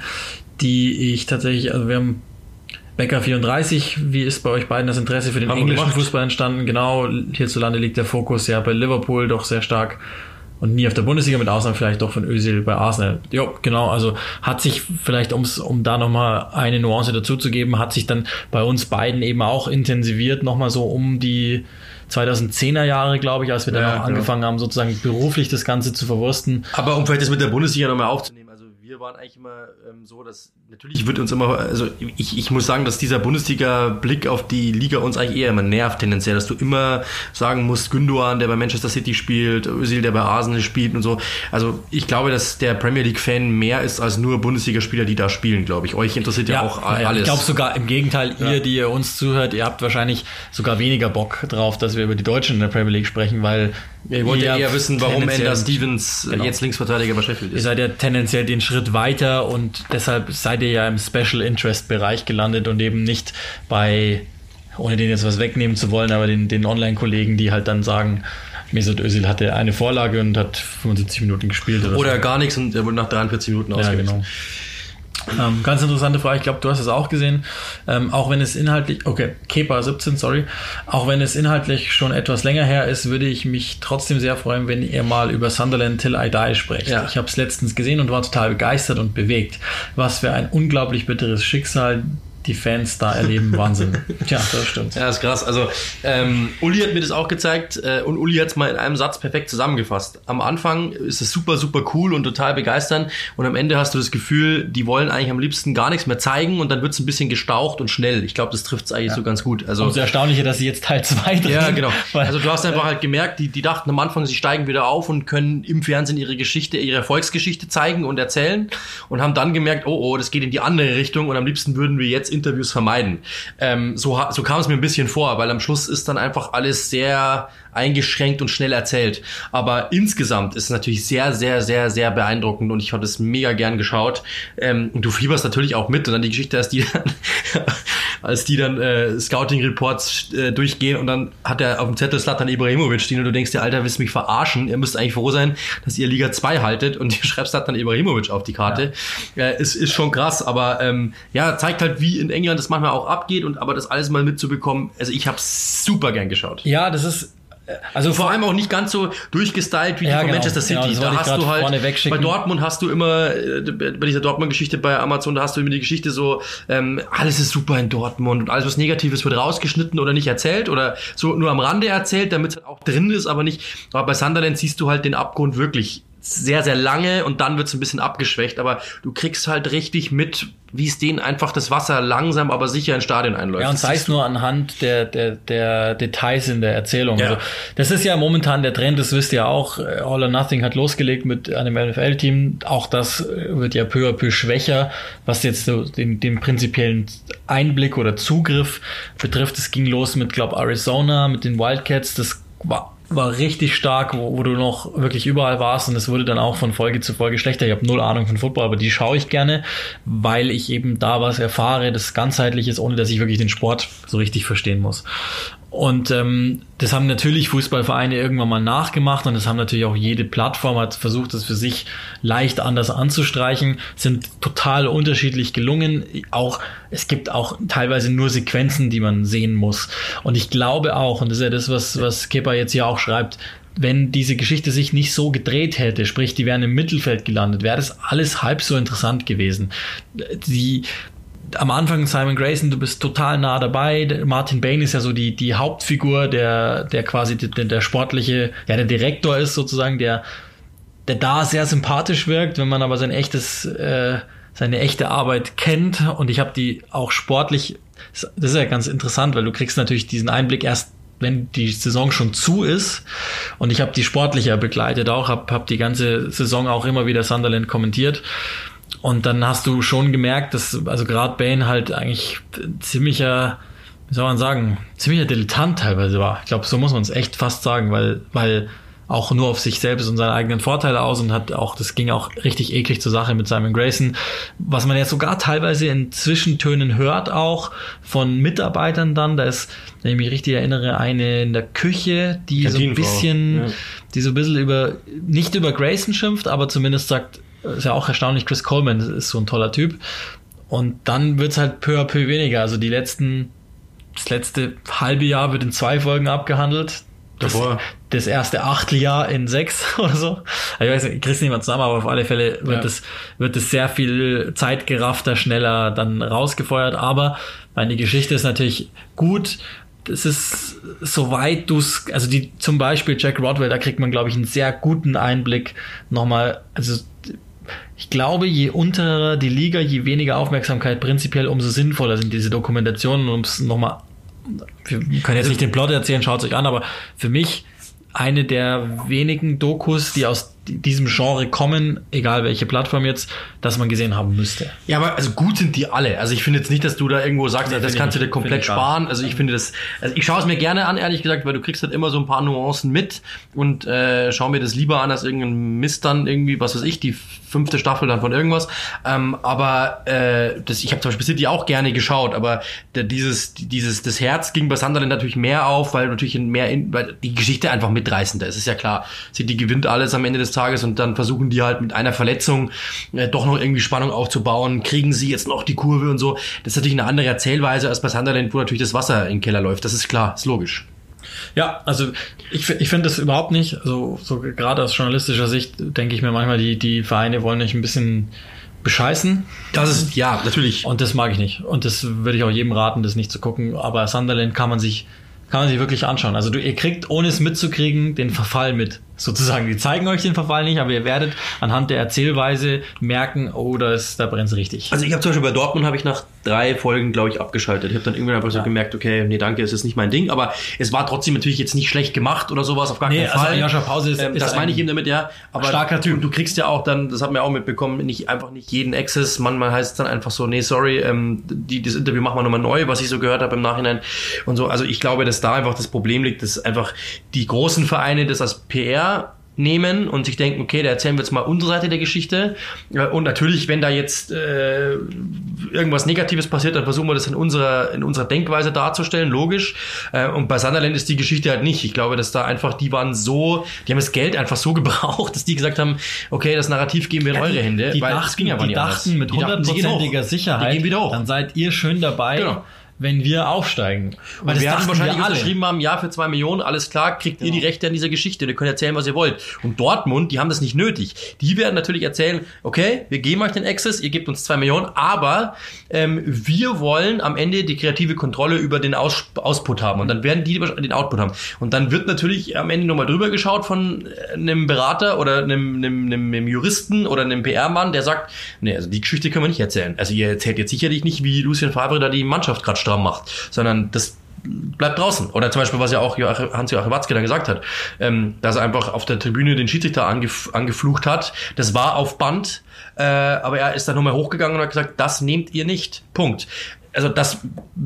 die ich tatsächlich, also wir haben Becker vierunddreißig, wie ist bei euch beiden das Interesse für den Haben wir englischen gemacht. Fußball entstanden? Genau, hierzulande liegt der Fokus ja bei Liverpool doch sehr stark und nie auf der Bundesliga, mit Ausnahme vielleicht doch von Özil bei Arsenal. Jo, genau, also hat sich vielleicht, um's, um da nochmal eine Nuance dazu zu geben, hat sich dann bei uns beiden eben auch intensiviert, nochmal so um die zweitausendzehner Jahre, glaube ich, als wir dann Ja, auch genau. angefangen haben, sozusagen beruflich das Ganze zu verwursten. Aber um vielleicht das mit der Bundesliga nochmal aufzunehmen, also wir waren eigentlich immer ähm, so, dass natürlich wird uns immer, also ich, ich muss sagen, dass dieser Bundesliga-Blick auf die Liga uns eigentlich eher immer nervt tendenziell, dass du immer sagen musst, Gündoğan, der bei Manchester City spielt, Özil, der bei Arsenal spielt und so. Also ich glaube, dass der Premier League-Fan mehr ist als nur Bundesliga-Spieler, die da spielen, glaube ich. Euch interessiert ja, auch ja, alles. Ich glaube sogar im Gegenteil, Ja. ihr, die ihr uns zuhört, ihr habt wahrscheinlich sogar weniger Bock drauf, dass wir über die Deutschen in der Premier League sprechen, weil Ihr wollt ja eher wissen, warum Ender Stevens genau. jetzt Linksverteidiger bei Sheffield ist. Ihr seid ja tendenziell den Schritt weiter und deshalb seid ihr ja im Special Interest Bereich gelandet und eben nicht bei, ohne denen jetzt was wegnehmen zu wollen, aber den, den Online-Kollegen, die halt dann sagen, Mesut Özil hatte eine Vorlage und hat fünfundsiebzig Minuten gespielt. Oder, oder so. gar nichts und er wurde nach dreiundvierzig Minuten ausgewechselt. Ja, genau. Ähm, ganz interessante Frage, ich glaube, du hast es auch gesehen. Ähm, auch wenn es inhaltlich, okay, Kepa siebzehn, sorry. Auch wenn es inhaltlich schon etwas länger her ist, würde ich mich trotzdem sehr freuen, wenn ihr mal über Sunderland Till I Die sprecht. Ja. Ich habe es letztens gesehen und war total begeistert und bewegt. Was für ein unglaublich bitteres Schicksal die Fans da erleben. Wahnsinn. Tja, das stimmt. Ja, ist krass. Also ähm, Uli hat mir das auch gezeigt äh, und Uli hat es mal in einem Satz perfekt zusammengefasst. Am Anfang ist es super, super cool und total begeisternd und am Ende hast du das Gefühl, die wollen eigentlich am liebsten gar nichts mehr zeigen und dann wird es ein bisschen gestaucht und schnell. Ich glaube, das trifft es eigentlich ja. so ganz gut. Also, umso erstaunlicher, dass sie jetzt Teil zwei drehen. Ja, genau. Also du hast einfach halt gemerkt, die, die dachten am Anfang, sie steigen wieder auf und können im Fernsehen ihre Geschichte, ihre Erfolgsgeschichte zeigen und erzählen und haben dann gemerkt, oh, oh, das geht in die andere Richtung und am liebsten würden wir jetzt Interviews vermeiden. Ähm, so, so kam es mir ein bisschen vor, weil am Schluss ist dann einfach alles sehr eingeschränkt und schnell erzählt. Aber insgesamt ist es natürlich sehr, sehr, sehr, sehr beeindruckend und ich habe es mega gern geschaut. Ähm, und du fieberst natürlich auch mit und dann die Geschichte, als die dann, als die dann äh, Scouting-Reports äh, durchgehen und dann hat er auf dem Zettel Zlatan Ibrahimovic stehen und du denkst dir, Alter, willst du mich verarschen? Ihr müsst eigentlich froh sein, dass ihr Liga zwei haltet und ihr schreibt Zlatan Ibrahimovic auf die Karte. Ja. Äh, es ist schon krass, aber ähm, ja, zeigt halt, wie in England das manchmal auch abgeht und aber das alles mal mitzubekommen, also ich habe super gern geschaut. Ja, das ist also vor allem auch nicht ganz so durchgestylt wie die ja, von genau. Manchester City. Genau, da hast du halt, bei Dortmund hast du immer, bei dieser Dortmund-Geschichte bei Amazon, da hast du immer die Geschichte so, ähm, alles ist super in Dortmund und alles was Negatives wird rausgeschnitten oder nicht erzählt oder so nur am Rande erzählt, damit es halt auch drin ist, aber nicht, aber bei Sunderland siehst du halt den Abgrund wirklich sehr, sehr lange und dann wird es ein bisschen abgeschwächt, aber du kriegst halt richtig mit, wie es denen einfach das Wasser langsam, aber sicher ins Stadion einläuft. Ja, und sei es nur anhand der, der, der Details in der Erzählung. Ja. Also, das ist ja momentan der Trend, das wisst ihr auch. All or Nothing hat losgelegt mit einem N F L-Team. Auch das wird ja peu à peu schwächer, was jetzt so den, den prinzipiellen Einblick oder Zugriff betrifft. Es ging los mit, glaube Arizona, mit den Wildcats. Das war war richtig stark, wo, wo du noch wirklich überall warst und es wurde dann auch von Folge zu Folge schlechter. Ich habe null Ahnung von Football, aber die schaue ich gerne, weil ich eben da was erfahre, das ganzheitlich ist, ohne dass ich wirklich den Sport so richtig verstehen muss. Und ähm, das haben natürlich Fußballvereine irgendwann mal nachgemacht und das haben natürlich auch jede Plattform hat versucht, das für sich leicht anders anzustreichen, sind total unterschiedlich gelungen. Auch es gibt auch teilweise nur Sequenzen, die man sehen muss. Und ich glaube auch, und das ist ja das, was, was Kepa jetzt hier auch schreibt, wenn diese Geschichte sich nicht so gedreht hätte, sprich, die wären im Mittelfeld gelandet, wäre das alles halb so interessant gewesen. Die am Anfang Simon Grayson, du bist total nah dabei. Martin Bain ist ja so die die Hauptfigur, der der quasi der, der sportliche, ja der Direktor ist sozusagen, der der da sehr sympathisch wirkt, wenn man aber sein echtes äh, seine echte Arbeit kennt und ich habe die auch sportlich, das ist ja ganz interessant, weil du kriegst natürlich diesen Einblick erst, wenn die Saison schon zu ist und ich habe die sportlicher begleitet auch, habe hab die ganze Saison auch immer wieder Sunderland kommentiert. Und dann hast du schon gemerkt, dass also gerade Bain halt eigentlich ziemlicher, wie soll man sagen, ziemlicher Dilettant teilweise war. Ich glaube, so muss man es echt fast sagen, weil weil auch nur auf sich selbst und seine eigenen Vorteile aus und hat auch, das ging auch richtig eklig zur Sache mit Simon Grayson, was man jetzt sogar teilweise in Zwischentönen hört auch von Mitarbeitern dann, da ist, wenn ich mich richtig erinnere, eine in der Küche, die so ein bisschen, ja. die so ein bisschen über, nicht über Grayson schimpft, aber zumindest sagt, ist ja auch erstaunlich, Chris Coleman ist so ein toller Typ. Und dann wird's halt peu à peu weniger. Also die letzten, das letzte halbe Jahr wird in zwei Folgen abgehandelt. Das, das erste Achteljahr in sechs oder so. Ich weiß nicht, ich krieg's nicht mal zusammen, aber auf alle Fälle wird ja. es, wird es sehr viel zeitgeraffter, schneller dann rausgefeuert. Aber meine Geschichte ist natürlich gut. Das ist, soweit du's, also die, zum Beispiel Jack Rodwell, da kriegt man, glaube ich, einen sehr guten Einblick nochmal, also, ich glaube, je unterer die Liga, je weniger Aufmerksamkeit prinzipiell, umso sinnvoller sind diese Dokumentationen, um es nochmal, wir können jetzt nicht den Plot erzählen, schaut es euch an, aber für mich eine der wenigen Dokus, die aus diesem Genre kommen, egal welche Plattform jetzt, dass man gesehen haben müsste. Ja, aber also gut sind die alle. Also ich finde jetzt nicht, dass du da irgendwo sagst, nee, das kannst du dir komplett sparen. Also ich finde das, also ich schaue es mir gerne an, ehrlich gesagt, weil du kriegst halt immer so ein paar Nuancen mit und äh, schau mir das lieber an als irgendein Mist dann irgendwie, was weiß ich, die fünfte Staffel dann von irgendwas. Ähm, aber äh, das, ich habe zum Beispiel City auch gerne geschaut, aber der, dieses, dieses, das Herz ging bei Sunderland natürlich mehr auf, weil natürlich mehr, in, weil die Geschichte einfach mitreißender ist. Ist ja klar, City gewinnt alles am Ende des Tages und dann versuchen die halt mit einer Verletzung äh, doch noch irgendwie Spannung aufzubauen, kriegen sie jetzt noch die Kurve und so. Das ist natürlich eine andere Erzählweise als bei Sunderland, wo natürlich das Wasser in den Keller läuft. Das ist klar, ist logisch. Ja, also ich, ich finde das überhaupt nicht, also so gerade aus journalistischer Sicht denke ich mir manchmal, die, die Vereine wollen euch ein bisschen bescheißen. Das ist, ja, natürlich. Und das mag ich nicht. Und das würde ich auch jedem raten, das nicht zu gucken. Aber Sunderland kann man sich kann man sich wirklich anschauen. Also du, ihr kriegt, ohne es mitzukriegen, den Verfall mit. Sozusagen, die zeigen euch den Verfall nicht, aber ihr werdet anhand der Erzählweise merken, oh, da ist, da brennt's richtig. Also ich habe zum Beispiel bei Dortmund habe ich nach drei Folgen, glaube ich, abgeschaltet. Ich habe dann irgendwann einfach so ja. gemerkt, okay, nee, danke, es ist nicht mein Ding, aber es war trotzdem natürlich jetzt nicht schlecht gemacht oder sowas, auf gar keinen nee, Fall. Also Joscha Pause ist, ähm, ist das meine ich eben damit, ja. Aber starker Typ. Du, du kriegst ja auch dann, das hat man auch mitbekommen, nicht einfach nicht jeden Access. Manchmal heißt es dann einfach so, nee, sorry, ähm, die, das Interview machen wir nochmal neu, was ich so gehört habe im Nachhinein und so. Also ich glaube, dass da einfach das Problem liegt, dass einfach die großen Vereine das als P R nehmen und sich denken, okay, da erzählen wir jetzt mal unsere Seite der Geschichte und natürlich, wenn da jetzt äh, irgendwas Negatives passiert, dann versuchen wir das in unserer in unserer Denkweise darzustellen, logisch, äh, und bei Sunderland ist die Geschichte halt nicht. Ich glaube, dass da einfach, die waren so, die haben das Geld einfach so gebraucht, dass die gesagt haben, okay, das Narrativ geben wir in ja, eure Hände, die weil dachten, es ging aber die nicht dachten anders. mit hundertprozentiger Sicherheit, die gehen wieder hoch. Dann seid ihr schön dabei. Genau. Wenn wir aufsteigen. Weil wir haben wahrscheinlich wir unterschrieben haben, ja, für zwei Millionen, alles klar, kriegt genau. ihr die Rechte an dieser Geschichte, ihr könnt erzählen, was ihr wollt. Und Dortmund, die haben das nicht nötig. Die werden natürlich erzählen, okay, wir geben euch den Access, ihr gebt uns zwei Millionen, aber ähm, wir wollen am Ende die kreative Kontrolle über den Aus- Ausput haben. Und dann werden die den Output haben. Und dann wird natürlich am Ende nochmal drüber geschaut von einem Berater oder einem, einem, einem, einem Juristen oder einem P R-Mann, der sagt, nee, also die Geschichte können wir nicht erzählen. Also ihr erzählt jetzt sicherlich nicht, wie Lucien Favre da die Mannschaft gerade stramm macht, sondern das bleibt draußen. Oder zum Beispiel, was ja auch Hans-Joachim Watzke dann gesagt hat, ähm, dass er einfach auf der Tribüne den Schiedsrichter angef- angeflucht hat. Das war auf Band, äh, aber er ist dann nochmal hochgegangen und hat gesagt, das nehmt ihr nicht. Punkt. Also das,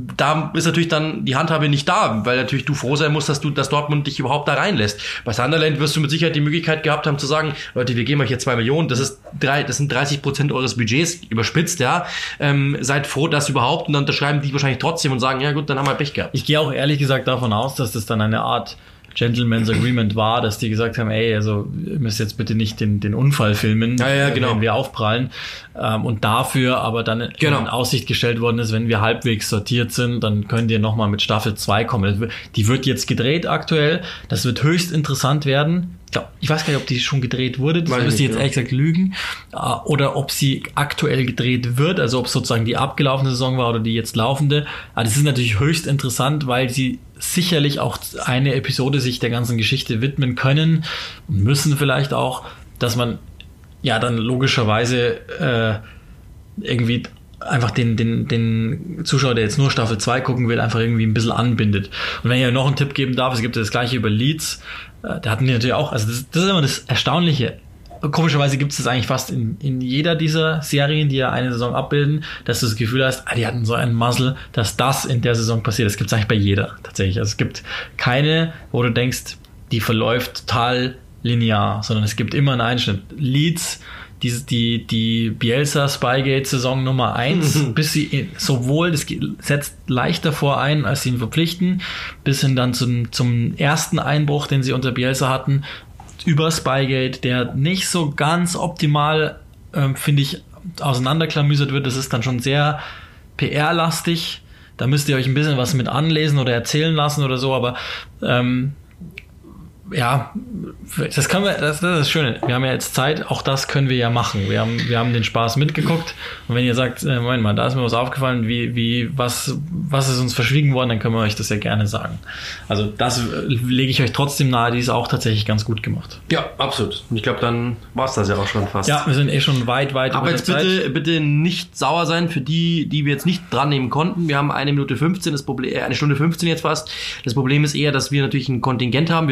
da ist natürlich dann die Handhabe nicht da, weil natürlich du froh sein musst, dass du, dass Dortmund dich überhaupt da reinlässt. Bei Sunderland wirst du mit Sicherheit die Möglichkeit gehabt haben zu sagen, Leute, wir geben euch hier zwei Millionen, das ist drei, das sind dreißig Prozent eures Budgets, überspitzt, ja. Ähm, seid froh, dass überhaupt, und dann unterschreiben die wahrscheinlich trotzdem und sagen, ja gut, dann haben wir Pech gehabt. Ich gehe auch ehrlich gesagt davon aus, dass das dann eine Art Gentleman's Agreement war, dass die gesagt haben, ey, also ihr müsst jetzt bitte nicht den, den Unfall filmen, ja, ja, genau. wenn wir aufprallen. Ähm, und dafür aber dann genau. in Aussicht gestellt worden ist, wenn wir halbwegs sortiert sind, dann könnt ihr nochmal mit Staffel zwei kommen. Die wird jetzt gedreht aktuell. Das wird höchst interessant werden. Ich, glaub, ich weiß gar nicht, ob die schon gedreht wurde. Das müsste ich jetzt ehrlich gesagt lügen. Oder ob sie aktuell gedreht wird, also ob es sozusagen die abgelaufene Saison war oder die jetzt laufende. Aber das ist natürlich höchst interessant, weil sie sicherlich auch eine Episode sich der ganzen Geschichte widmen können und müssen vielleicht auch, dass man ja dann logischerweise äh, irgendwie einfach den, den, den Zuschauer, der jetzt nur Staffel zwei gucken will, einfach irgendwie ein bisschen anbindet. Und wenn ich ja noch einen Tipp geben darf, es gibt ja das gleiche über Leeds, äh, da hatten die natürlich auch, also das, das ist immer das Erstaunliche. Komischerweise gibt es das eigentlich fast in, in jeder dieser Serien, die ja eine Saison abbilden, dass du das Gefühl hast, ah, die hatten so einen Muzzle, dass das in der Saison passiert. Das gibt es eigentlich bei jeder tatsächlich. Also es gibt keine, wo du denkst, die verläuft total linear, sondern es gibt immer einen Einschnitt. Leeds, die, die, die Bielsa-Spygate-Saison Nummer eins, mhm. bis sie in, sowohl, das setzt leicht davor ein, als sie ihn verpflichten, bis hin dann zum, zum ersten Einbruch, den sie unter Bielsa hatten, über Spygate, der nicht so ganz optimal, ähm, finde ich, auseinanderklamüsert wird. Das ist dann schon sehr P R-lastig. Da müsst ihr euch ein bisschen was mit anlesen oder erzählen lassen oder so, aber ähm, ja, das können wir, das, das ist das Schöne. Wir haben ja jetzt Zeit, auch das können wir ja machen. Wir haben, wir haben den Spaß mitgeguckt. Und wenn ihr sagt, äh, Moment mal, da ist mir was aufgefallen, wie, wie, was, was ist uns verschwiegen worden, dann können wir euch das ja gerne sagen. Also das lege ich euch trotzdem nahe, die ist auch tatsächlich ganz gut gemacht. Ja, absolut. Und ich glaube, dann war es das ja auch schon fast. Ja, wir sind eh schon weit, weit Aber über jetzt der bitte, Zeit. bitte nicht sauer sein für die, die wir jetzt nicht dran nehmen konnten. Wir haben eine Minute fünfzehn, das Problem, äh, eine Stunde fünfzehn jetzt fast. Das Problem ist eher, dass wir natürlich ein Kontingent haben. Wir dürfen nicht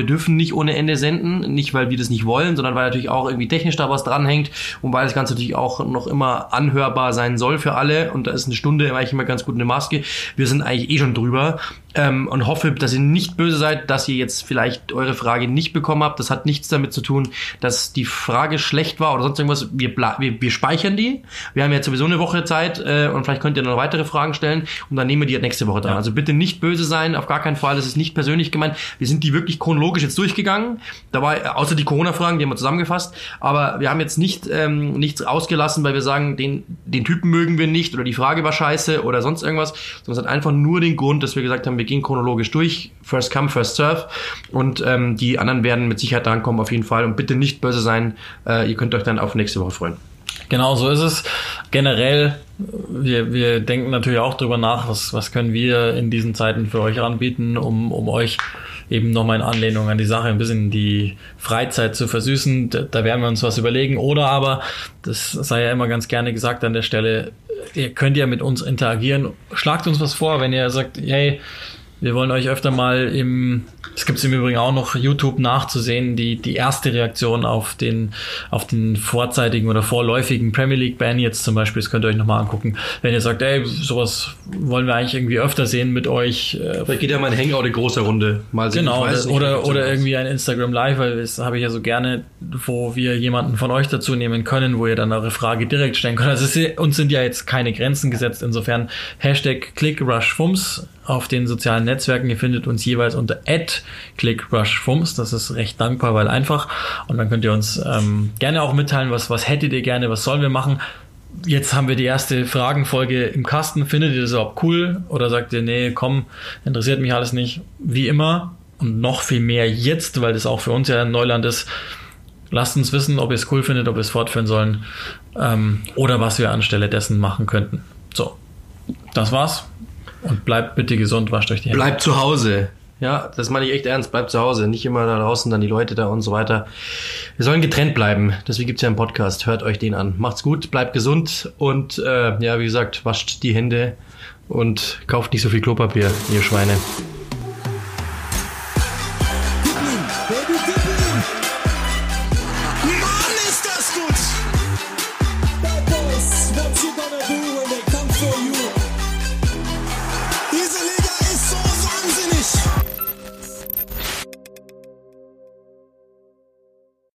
nicht ohne Ende senden. Nicht, weil wir das nicht wollen, sondern weil natürlich auch irgendwie technisch da was dranhängt und weil das Ganze natürlich auch noch immer anhörbar sein soll für alle. Und da ist eine Stunde eigentlich immer ganz gut eine Maske. Wir sind eigentlich eh schon drüber. Ähm, und hoffe, dass ihr nicht böse seid, dass ihr jetzt vielleicht eure Frage nicht bekommen habt. Das hat nichts damit zu tun, dass die Frage schlecht war oder sonst irgendwas. Wir, bla- wir, wir speichern die. Wir haben jetzt sowieso eine Woche Zeit äh, und vielleicht könnt ihr noch weitere Fragen stellen und dann nehmen wir die nächste Woche dran. Ja. Also bitte nicht böse sein, auf gar keinen Fall. Das ist nicht persönlich gemeint. Wir sind die wirklich chronologisch jetzt durchgegangen. Da war außer die Corona-Fragen, die haben wir zusammengefasst. Aber wir haben jetzt nicht ähm, nichts ausgelassen, weil wir sagen, den, den Typen mögen wir nicht oder die Frage war scheiße oder sonst irgendwas. Sondern es hat einfach nur den Grund, dass wir gesagt haben, wir gehen chronologisch durch, first come, first serve und ähm, die anderen werden mit Sicherheit drankommen auf jeden Fall und bitte nicht böse sein, äh, ihr könnt euch dann auf nächste Woche freuen. Genau, so ist es. Generell, wir, wir denken natürlich auch drüber nach, was, was können wir in diesen Zeiten für euch anbieten, um, um euch eben nochmal in Anlehnung an die Sache ein bisschen die Freizeit zu versüßen. Da, da werden wir uns was überlegen. Oder aber, das sei ja immer ganz gerne gesagt an der Stelle, ihr könnt ja mit uns interagieren. Schlagt uns was vor, wenn ihr sagt, hey, wir wollen euch öfter mal im, es gibt es im Übrigen auch noch, YouTube nachzusehen, die die erste Reaktion auf den auf den vorzeitigen oder vorläufigen Premier League Ban jetzt zum Beispiel, das könnt ihr euch nochmal angucken. Wenn ihr sagt, ey, sowas wollen wir eigentlich irgendwie öfter sehen mit euch. Vielleicht geht ja mal ein Hangout in großer Runde. Mal sehen, genau, das, nicht, oder oder irgendwie ein Instagram Live, weil das habe ich ja so gerne, wo wir jemanden von euch dazu nehmen können, wo ihr dann eure Frage direkt stellen könnt. Also es ist, uns sind ja jetzt keine Grenzen gesetzt, insofern Hashtag ClickRushFums auf den sozialen Netzwerken. Ihr findet uns jeweils unter at ClickRushFums. Das ist recht dankbar, weil einfach. Und dann könnt ihr uns ähm, gerne auch mitteilen, was, was hättet ihr gerne, was sollen wir machen. Jetzt haben wir die erste Fragenfolge im Kasten. Findet ihr das überhaupt cool? Oder sagt ihr, nee, komm, interessiert mich alles nicht. Wie immer und noch viel mehr jetzt, weil das auch für uns ja ein Neuland ist. Lasst uns wissen, ob ihr es cool findet, ob wir es fortführen sollen ähm, oder was wir anstelle dessen machen könnten. So, das war's. Und bleibt bitte gesund, wascht euch die Hände. Bleibt zu Hause. Ja, das meine ich echt ernst. Bleibt zu Hause. Nicht immer da draußen, dann die Leute da und so weiter. Wir sollen getrennt bleiben. Deswegen gibt's ja einen Podcast. Hört euch den an. Macht's gut, bleibt gesund und äh, ja, wie gesagt, wascht die Hände und kauft nicht so viel Klopapier, ihr Schweine.